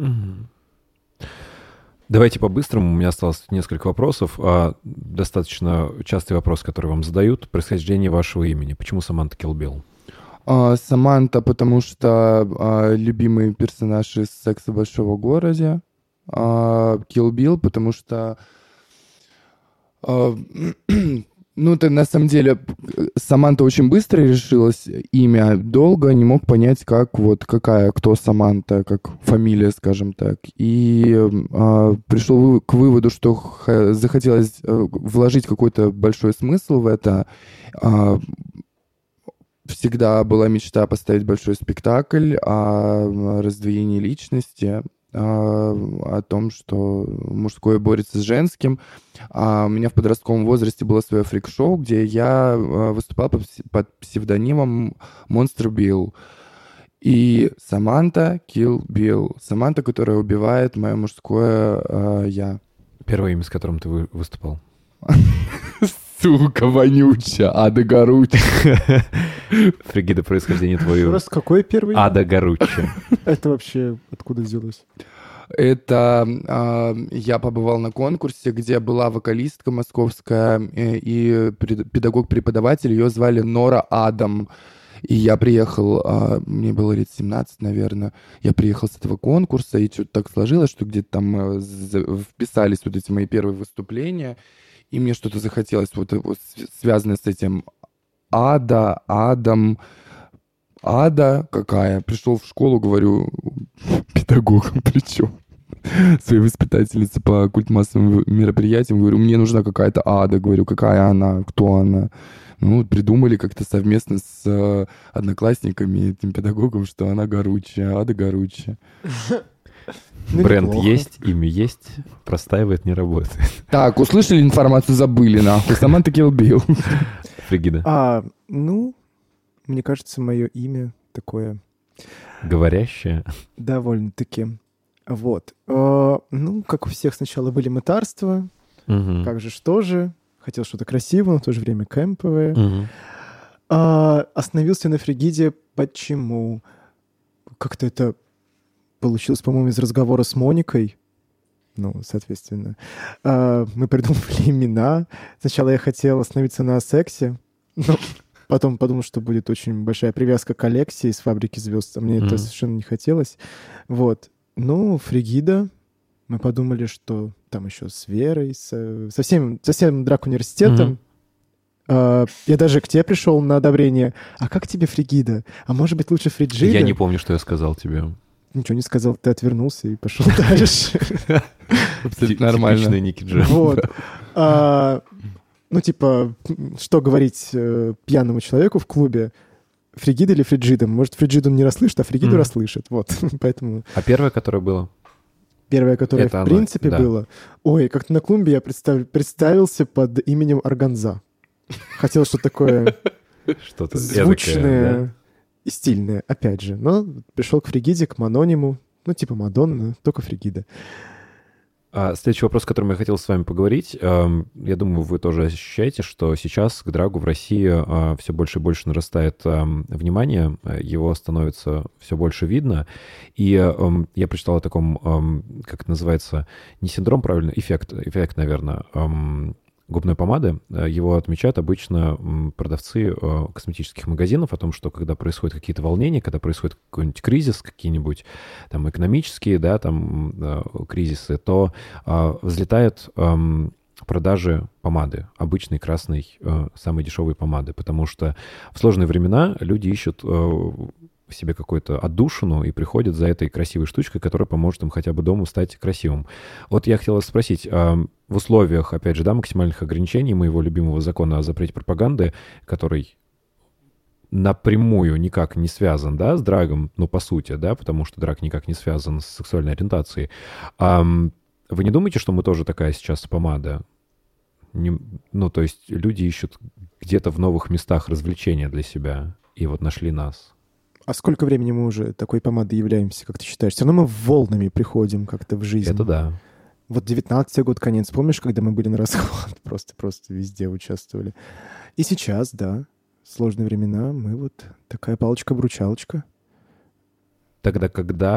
Давайте по-быстрому. У меня осталось несколько вопросов. Достаточно частый вопрос, который вам задают. Происхождение вашего имени. Почему Саманта Килл-Билл? Саманта, потому что любимый персонаж из «Секса в большом городе». Килл-Билл, потому что... Ну, это на самом деле Саманта очень быстро решилась имя. Долго не мог понять, кто Саманта, как фамилия, скажем так. И пришел к выводу, что захотелось вложить какой-то большой смысл в это. Всегда была мечта поставить большой спектакль о раздвоении личности, о том, что мужское борется с женским. У меня в подростковом возрасте было свое фрик-шоу, где я выступал под псевдонимом Monster Bill. И Саманта Килл-Билл. Саманта, которая убивает мое мужское я. Первое имя, с которым ты выступал? Сука, вонючая, Ада Гаруччи. Фригида, происхождение твое. Просто какое первое имя? Ада Гаруччи. Это вообще откуда взялось? Это я побывал на конкурсе, где была вокалистка московская и педагог-преподаватель, ее звали Нора Адам. И я приехал, мне было лет 17, наверное, я приехал с этого конкурса, и что-то так сложилось, что где-то там вписались вот эти мои первые выступления, и мне что-то захотелось, вот связанное с этим Ада, Адам, Ада какая. Пришел в школу, говорю, педагогом причем, своей воспитательнице по культмассовым мероприятиям, говорю, мне нужна какая-то Ада, говорю, какая она, кто она. Ну, придумали как-то совместно с одноклассниками, этим педагогом, что она Гаруччи, Ада Гаруччи. Бренд есть, имя есть, простаивает, не работает. Так, услышали информацию, забыли, нахуй. Саманта Килл-Билл. Фригида. Мне кажется, мое имя такое... Говорящее? Довольно-таки. Вот. Как у всех, сначала были мытарства. Как же, что же? Хотел что-то красивое, но в то же время кэмповое. Остановился на Фригиде. Почему? Как-то это получилось, по-моему, из разговора с Моникой. Ну, соответственно. Мы придумали имена. Сначала я хотел остановиться на сексе, но потом подумал, что будет очень большая привязка к Алексе из «Фабрики звезд», а мне это совершенно не хотелось. Вот. Ну, Фригида. Мы подумали, что там еще с Верой, со всем драг-университетом. Я даже к тебе пришел на одобрение. А как тебе Фригида? А может быть, лучше Фриджида? Я не помню, что я сказал тебе. Ничего не сказал. Ты отвернулся и пошел дальше. Абсолютно нормально. Типичный Ники Джем. Вот. Ну, типа, что говорить пьяному человеку в клубе? Фригида или фриджида? Может, фриджиду он не расслышит, а фригиду расслышит. Вот, поэтому... А первое, которое было? Первое, которое Это в принципе да. было. Ой, как-то на клумбе я представился под именем Органза. Хотел что-то такое Что-то звучное и стильное, опять же. Но пришел к фригиде, к монониму. Ну, типа Мадонна, только фригида. Следующий вопрос, о котором я хотел с вами поговорить. Я думаю, вы тоже ощущаете, что сейчас к драгу в России все больше и больше нарастает внимание, его становится все больше видно. И я прочитал о таком, как это называется, не синдром, правильно, эффект, наверное, губной помады. Его отмечают обычно продавцы косметических магазинов о том, что когда происходят какие-то волнения, когда происходит какой-нибудь кризис, какие-нибудь там экономические, да, там кризисы, то взлетают продажи помады, обычной красной, самой дешевой помады, потому что в сложные времена люди ищут в себе какую-то отдушину и приходят за этой красивой штучкой, которая поможет им хотя бы дома стать красивым. Вот я хотел вас спросить, в условиях, опять же, да, максимальных ограничений моего любимого закона о запрете пропаганды, который напрямую никак не связан, да, с драгом, ну, по сути, да, потому что драг никак не связан с сексуальной ориентацией. Вы не думаете, что мы тоже такая сейчас помада? Ну, то есть люди ищут где-то в новых местах развлечения для себя, и вот нашли нас. А сколько времени мы уже такой помадой являемся, как ты считаешь? Все равно мы волнами приходим как-то в жизнь. Это да. Вот 19-й год, конец. Помнишь, когда мы были на расхват? Просто везде участвовали. И сейчас, да, сложные времена, мы вот такая палочка-вручалочка. Когда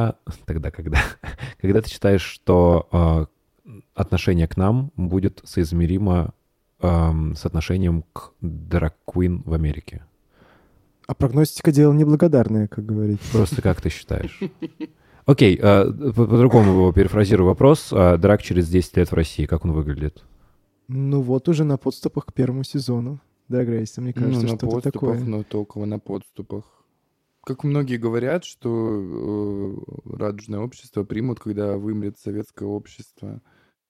ты считаешь, что отношение к нам будет соизмеримо с отношением к драг-квин в Америке? А прогностика дело неблагодарное, как говорится. Просто как ты считаешь? Окей, по-другому его перефразирую вопрос. Драг через 10 лет в России, как он выглядит? Ну вот уже на подступах к первому сезону. Да, Грейси, мне кажется, что-то такое. Но только на подступах. Как многие говорят, что радужное общество примут, когда вымрет советское общество.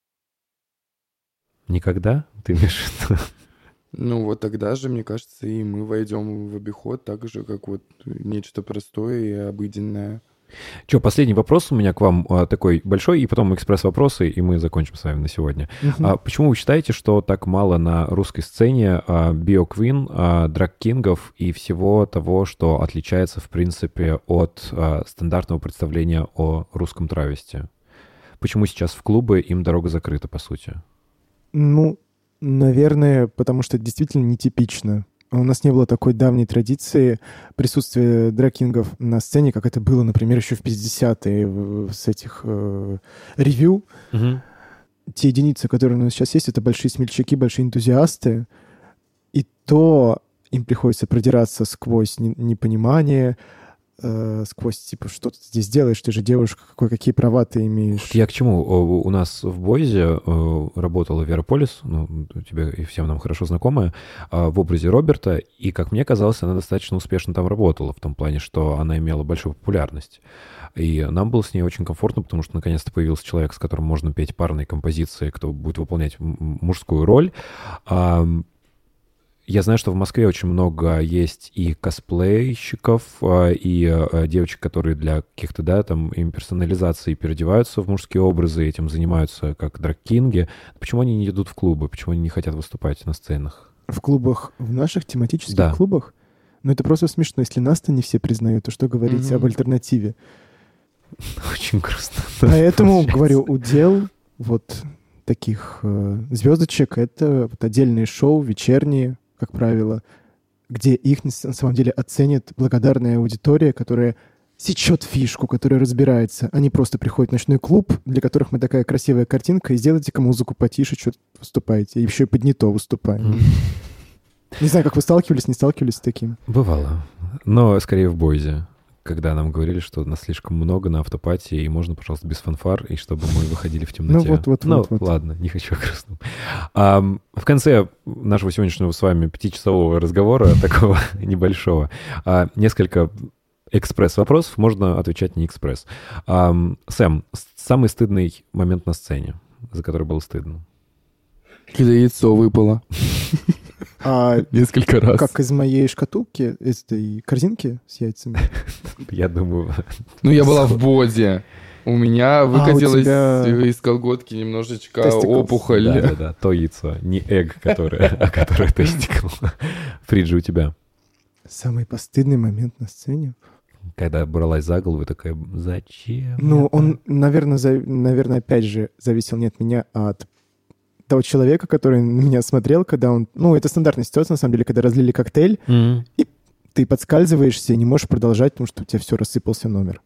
Никогда? Ты имеешь в виду? Ну вот тогда же, мне кажется, и мы войдем в обиход так же, как вот нечто простое и обыденное. Че, последний вопрос у меня к вам такой большой, и потом экспресс-вопросы, и мы закончим с вами на сегодня. Почему вы считаете, что так мало на русской сцене биоквин, драг-кингов и всего того, что отличается, в принципе, от стандартного представления о русском травести? Почему сейчас в клубы им дорога закрыта, по сути? Ну, наверное, потому что это действительно нетипично. У нас не было такой давней традиции присутствия драг-кингов на сцене, как это было, например, еще в 50-е с этих ревью. Те единицы, которые у нас сейчас есть, это большие смельчаки, большие энтузиасты. И то им приходится продираться сквозь непонимание, сквозь, типа, что ты здесь делаешь, ты же девушка, какие права ты имеешь. Я к чему? У нас в Бойзе работала Вера Полис, ну, тебе и всем нам хорошо знакомая, в образе Роберта, и, как мне казалось, она достаточно успешно там работала, в том плане, что она имела большую популярность. И нам было с ней очень комфортно, потому что наконец-то появился человек, с которым можно петь парные композиции, кто будет выполнять мужскую роль. Я знаю, что в Москве очень много есть и косплейщиков, и девочек, которые для каких-то, да, там, имперсонализаций переодеваются в мужские образы, этим занимаются как драг-кинги. Почему они не идут в клубы? Почему они не хотят выступать на сценах? В клубах, в наших тематических клубах? Ну, это просто смешно. Если нас-то не все признают, то что говорить об альтернативе? Очень грустно. Поэтому, говорю, удел вот таких звездочек — это вот отдельные шоу, вечерние, как правило, где их на самом деле оценит благодарная аудитория, которая сечет фишку, которая разбирается. Они просто приходят в ночной клуб, для которых мы такая красивая картинка, и сделайте-ка музыку потише, что-то выступаете. И еще и под не то выступаем. Не знаю, как вы сталкивались, не сталкивались с таким? Бывало. Но скорее в Бойзе, когда нам говорили, что нас слишком много на автопати, и можно, пожалуйста, без фанфар, и чтобы мы выходили в темноте. Ну, ладно, не хочу о грустном. В конце нашего сегодняшнего с вами 5-часового разговора, такого небольшого, несколько экспресс-вопросов, можно отвечать не экспресс. Сэм, самый стыдный момент на сцене, за который было стыдно? Когда яйцо выпало. Несколько раз. Как из моей шкатулки, из этой корзинки с яйцами. Я думаю... Ну, я была в боде. У меня выкатилась тебя... из колготки немножечко Тестиклс. опухоль. Да, то яйцо, не эгг, а которое тестикл. Фриджи, у тебя? Самый постыдный момент на сцене? Когда бралась за голову, такая, зачем? Ну, он, наверное, опять же, зависел не от меня, а от того человека, который на меня смотрел, когда он... Ну, это стандартная ситуация, на самом деле, когда разлили коктейль, и ты подскальзываешься и не можешь продолжать, потому что у тебя все рассыпался номер.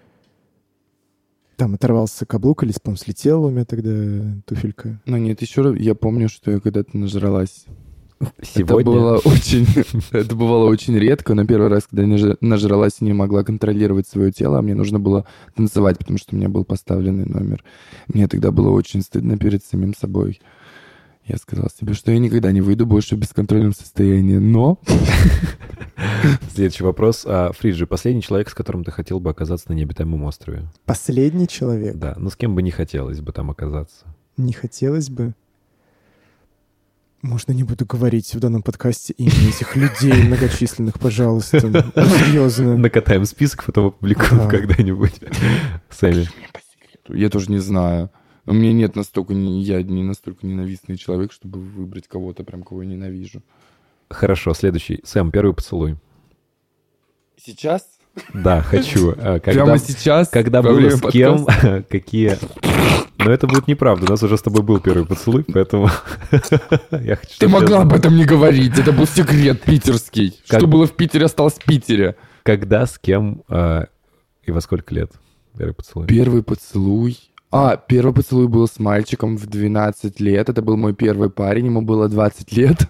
Там оторвался каблук или, по-моему, слетела у меня тогда туфелька. Ну нет, еще раз, я помню, что я когда-то нажралась. Сегодня? Это бывало очень редко, но первый раз, когда я нажралась и не могла контролировать свое тело, мне нужно было танцевать, потому что у меня был поставленный номер. Мне тогда было очень стыдно перед самим собой. Я сказал себе, что я никогда не выйду больше в бесконтрольном состоянии, но... Следующий вопрос. Фриджи, последний человек, с которым ты хотел бы оказаться на необитаемом острове? Последний человек? Да, но с кем бы не хотелось бы там оказаться? Не хотелось бы. Можно не буду говорить в данном подкасте имя этих людей многочисленных, пожалуйста. Серьезно. Накатаем список, потом опубликуем когда-нибудь сами. Я тоже не знаю. У меня нет настолько... Я не настолько ненавистный человек, чтобы выбрать кого-то, прям кого я ненавижу. Хорошо, следующий. Сэм, первый поцелуй. Сейчас? Да, хочу. Прямо сейчас? Когда было с кем, какие... Но это будет неправда. У нас уже с тобой был первый поцелуй, поэтому... Ты могла об этом не говорить. Это был секрет питерский. Что было в Питере, осталось в Питере. Когда, с кем и во сколько лет первый поцелуй? Первый поцелуй... Первый поцелуй был с мальчиком в 12 лет. Это был мой первый парень, ему было 20 лет.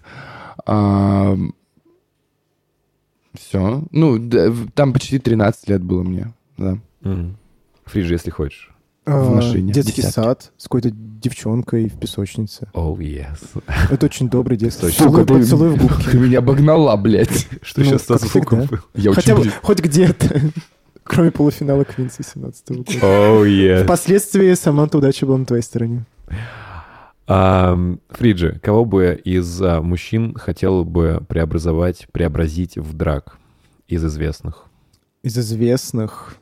Все. Ну, там почти 13 лет было мне, да. Фриджи, если хочешь. В машине. Детский сад с какой-то девчонкой в песочнице. Oh, yes. Это очень добрый детский сад. Сука, Поцелуй в губки. Ты меня обогнала, блядь. Что сейчас со звуком было? Хотя бы хоть где-то. Кроме полуфинала Квинса 17-го года. Oh, yes. Впоследствии, Саманта, удача была на твоей стороне. Фриджи, кого бы из мужчин хотел бы преобразить в драг из известных? Из известных?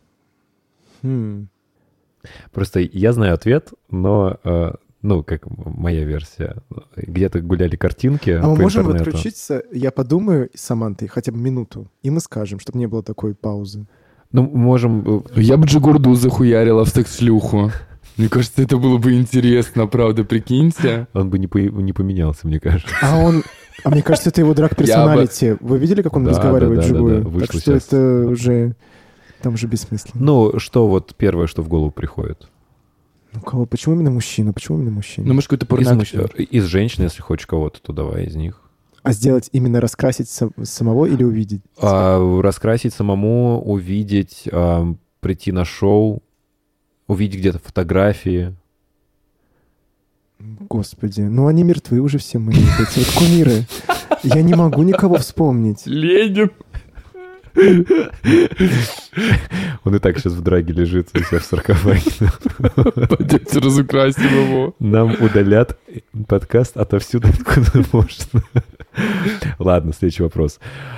Просто я знаю ответ, но, как моя версия, где-то гуляли картинки по мы можем интернету. отключиться, я подумаю с Самантой хотя бы минуту, и мы скажем, чтобы не было такой паузы. Ну, можем... Я бы Джигурду захуярила в секс-шлюху. Мне кажется, это было бы интересно, правда, прикиньте. Он бы не поменялся, мне кажется. Мне кажется, это его драг-персоналити. Вы видели, как он разговаривает вживую? Да. Так что это уже... Там уже бессмысленно. Ну, что вот первое, что в голову приходит? Ну, кого? Почему именно мужчина? Почему именно мужчина? Ну, может, какой-то порноактер. Из женщин, если хочешь кого-то, то давай из них. А сделать именно раскрасить самого или увидеть? Раскрасить самому, увидеть, прийти на шоу, увидеть где-то фотографии. Господи, ну они мертвы уже все мои эти вот кумиры. Я не могу никого вспомнить. Ленин. Он и так сейчас в драге лежит у себя в саркофаге. Пойдемте разукрасим его. Нам удалят подкаст отовсюду, откуда можно. Ладно, следующий вопрос.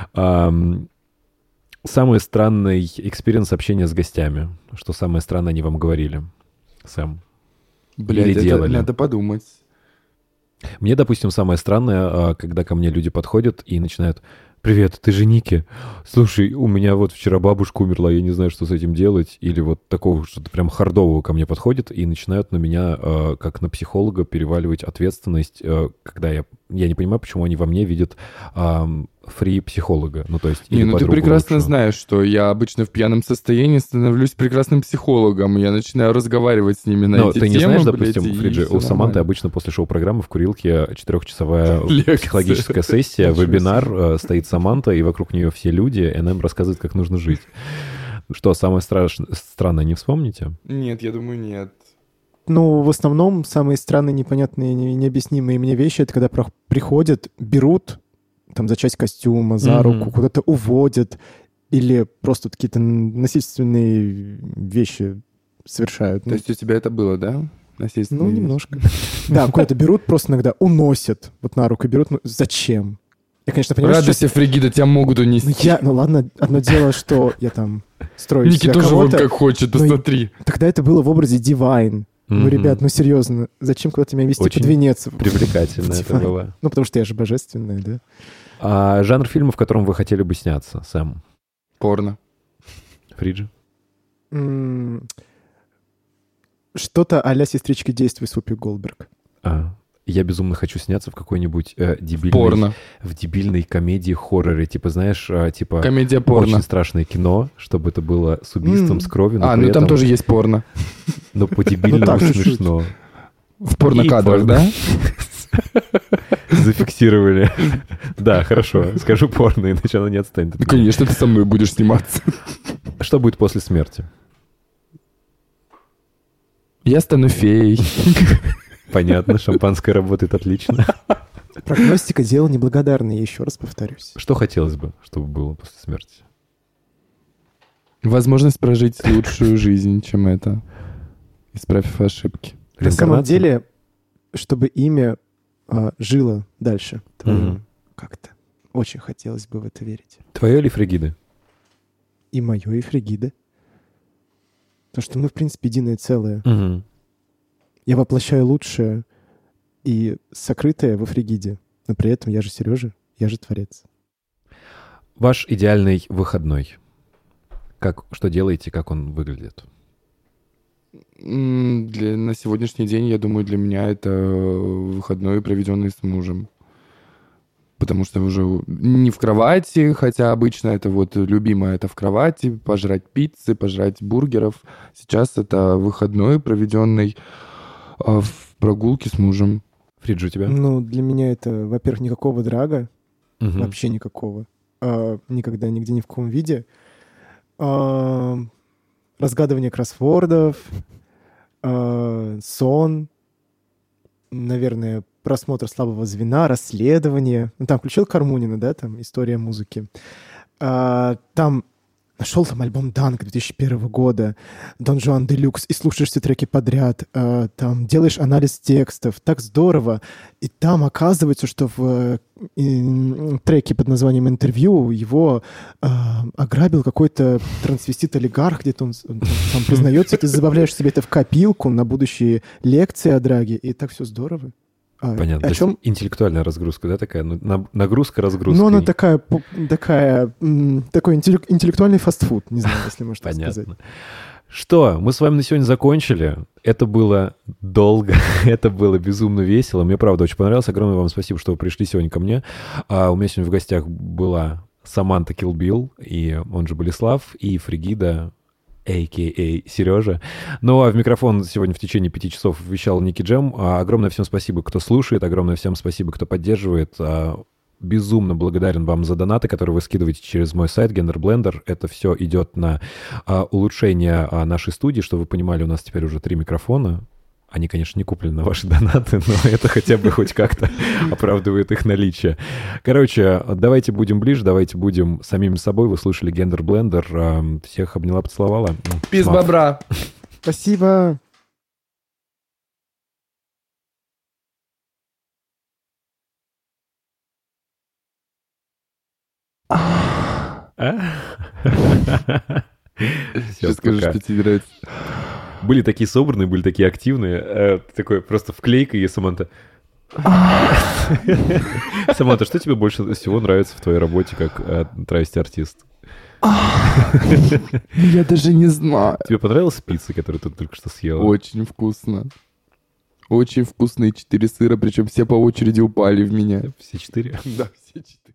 Самый странный экспириенс общения с гостями. Что самое странное они вам говорили, Сэм? Блядь, или делали? Надо подумать. Мне, допустим, самое странное, когда ко мне люди подходят и начинают: «Привет, ты же Ники? Слушай, у меня вот вчера бабушка умерла, я не знаю, что с этим делать». Или вот такого что-то прям хардового ко мне подходят и начинают на меня, как на психолога, переваливать ответственность, когда я не понимаю, почему они во мне видят фри-психолога. Ну, то есть, ты прекрасно знаешь, что я обычно в пьяном состоянии становлюсь прекрасным психологом, и я начинаю разговаривать с ними на эти темы. Ты не знаешь, допустим, Фриджи, у Саманты обычно после шоу-программы в курилке 4-часовая психологическая сессия, вебинар, стоит Саманта, и вокруг нее все люди, и она им рассказывает, как нужно жить. Что, самое странное не вспомните? Нет, я думаю, нет. Ну, в основном самые странные, непонятные, необъяснимые мне вещи — это когда приходят, берут там за часть костюма, за руку, куда-то уводят, или просто какие-то насильственные вещи совершают. То есть у тебя это было, да? насильственные Ну, вещи. немножко. Да, куда-то берут, просто иногда уносят. Вот на руку берут. Ну, зачем? Я, конечно, понимаю, Радуйся, Фригида, тебя могут унести. Ну ладно, одно дело, что я там строю из Ники себя тоже вон кого-то. как хочет, Ну, посмотри. Тогда это было в образе Divine. Ну, Мгм. ребят, ну серьезно, зачем куда-то меня вести Очень под венец? Привлекательно это Divine. было. Ну, потому что я же божественная, да? А жанр фильма, в котором вы хотели бы сняться, Сэм? Порно. Фриджи? Что-то а-ля «Сестрички действуй» с Вупи Голдберг. Я безумно хочу сняться в какой-нибудь Порно. в дебильной комедии, хорроре, типа, знаешь, типа Комедия порно. очень страшное кино, чтобы это было с убийством, с кровью, но А, при ну там этом- тоже есть порно. но по-дебильному Ну, так чуть-чуть. смешно. В порнокадрах, порно. да? Зафиксировали. Да, хорошо. Скажу порно, иначе оно не отстанет. от Ну, меня. конечно, ты со мной будешь сниматься. Что будет после смерти? Я стану феей. Понятно, шампанское работает отлично. Прогностика — дело неблагодарное, я еще раз повторюсь. Что хотелось бы, чтобы было после смерти? Возможность прожить лучшую жизнь, чем это, исправив ошибки. На самом Реинкарнация? деле, чтобы имя жило дальше. твоё, Мгм. Как-то. Очень хотелось бы в это верить. Твое или Фригиды? И мое, и Фригиды. Потому что мы, в принципе, единое целое. Мгм. Я воплощаю лучшее и сокрытое во Фригиде. Но при этом я же Сережа, я же творец. Ваш идеальный выходной. Что делаете, как он выглядит? На сегодняшний день, я думаю, для меня это выходной, проведенный с мужем. Потому что уже не в кровати, хотя обычно это вот любимое, это в кровати, пожрать пиццы, пожрать бургеров. Сейчас это выходной, проведенный в прогулке с мужем. Фриджи, у тебя? Ну, для меня это, во-первых, никакого драга, Мгм. вообще никакого. Никогда, нигде, ни в каком виде. Разгадывание кроссвордов, сон, наверное, просмотр «Слабого звена», расследование. Ну, там включил Кармунина, да, там «История музыки». Там нашел там альбом «Данк» 2001 года, «Дон Жуан Делюкс», и слушаешь все треки подряд. Там делаешь анализ текстов. Так здорово. И там оказывается, что в треке под названием «Интервью» его ограбил какой-то трансвестит-олигарх, где-то он сам признается, ты забавляешь себе это в копилку на будущие лекции о драге, и так все здорово. Понятно. О То есть чем? интеллектуальная разгрузка, да, такая? Нагрузка-разгрузка. Ну, она такой интеллектуальный фастфуд, не знаю, если можно так сказать. Понятно. Что, мы с вами на сегодня закончили. Это было долго, это было безумно весело. Мне, правда, очень понравилось. Огромное вам спасибо, что вы пришли сегодня ко мне. У меня сегодня в гостях была Саманта Килбил, и он же Болеслав, и Фригида, а.к.а. Сережа. Ну, а в микрофон сегодня в течение 5 часов вещал Ники Джем. Огромное всем спасибо, кто слушает, огромное всем спасибо, кто поддерживает. Безумно благодарен вам за донаты, которые вы скидываете через мой сайт Gender Blender. Это все идет на улучшение нашей студии. Чтобы вы понимали, у нас теперь уже 3 микрофона. Они, конечно, не куплены на ваши донаты, но это хотя бы хоть как-то оправдывает их наличие. Короче, давайте будем ближе, давайте будем самими собой. Вы слышали Gender Blender. Всех обняла, поцеловала. Пиз бобра. Спасибо. Всё, Скажи, пока. что тебе нравится. Были такие собранные, были такие активные. Такой просто вклейка, и Саманта... Саманта, что тебе больше всего нравится в твоей работе как травести-артист? Я даже не знаю. Тебе понравилась пицца, которую ты только что съела? Очень вкусно. Очень вкусные 4 сыра, причем все по очереди упали в меня. Все 4? Да, все 4.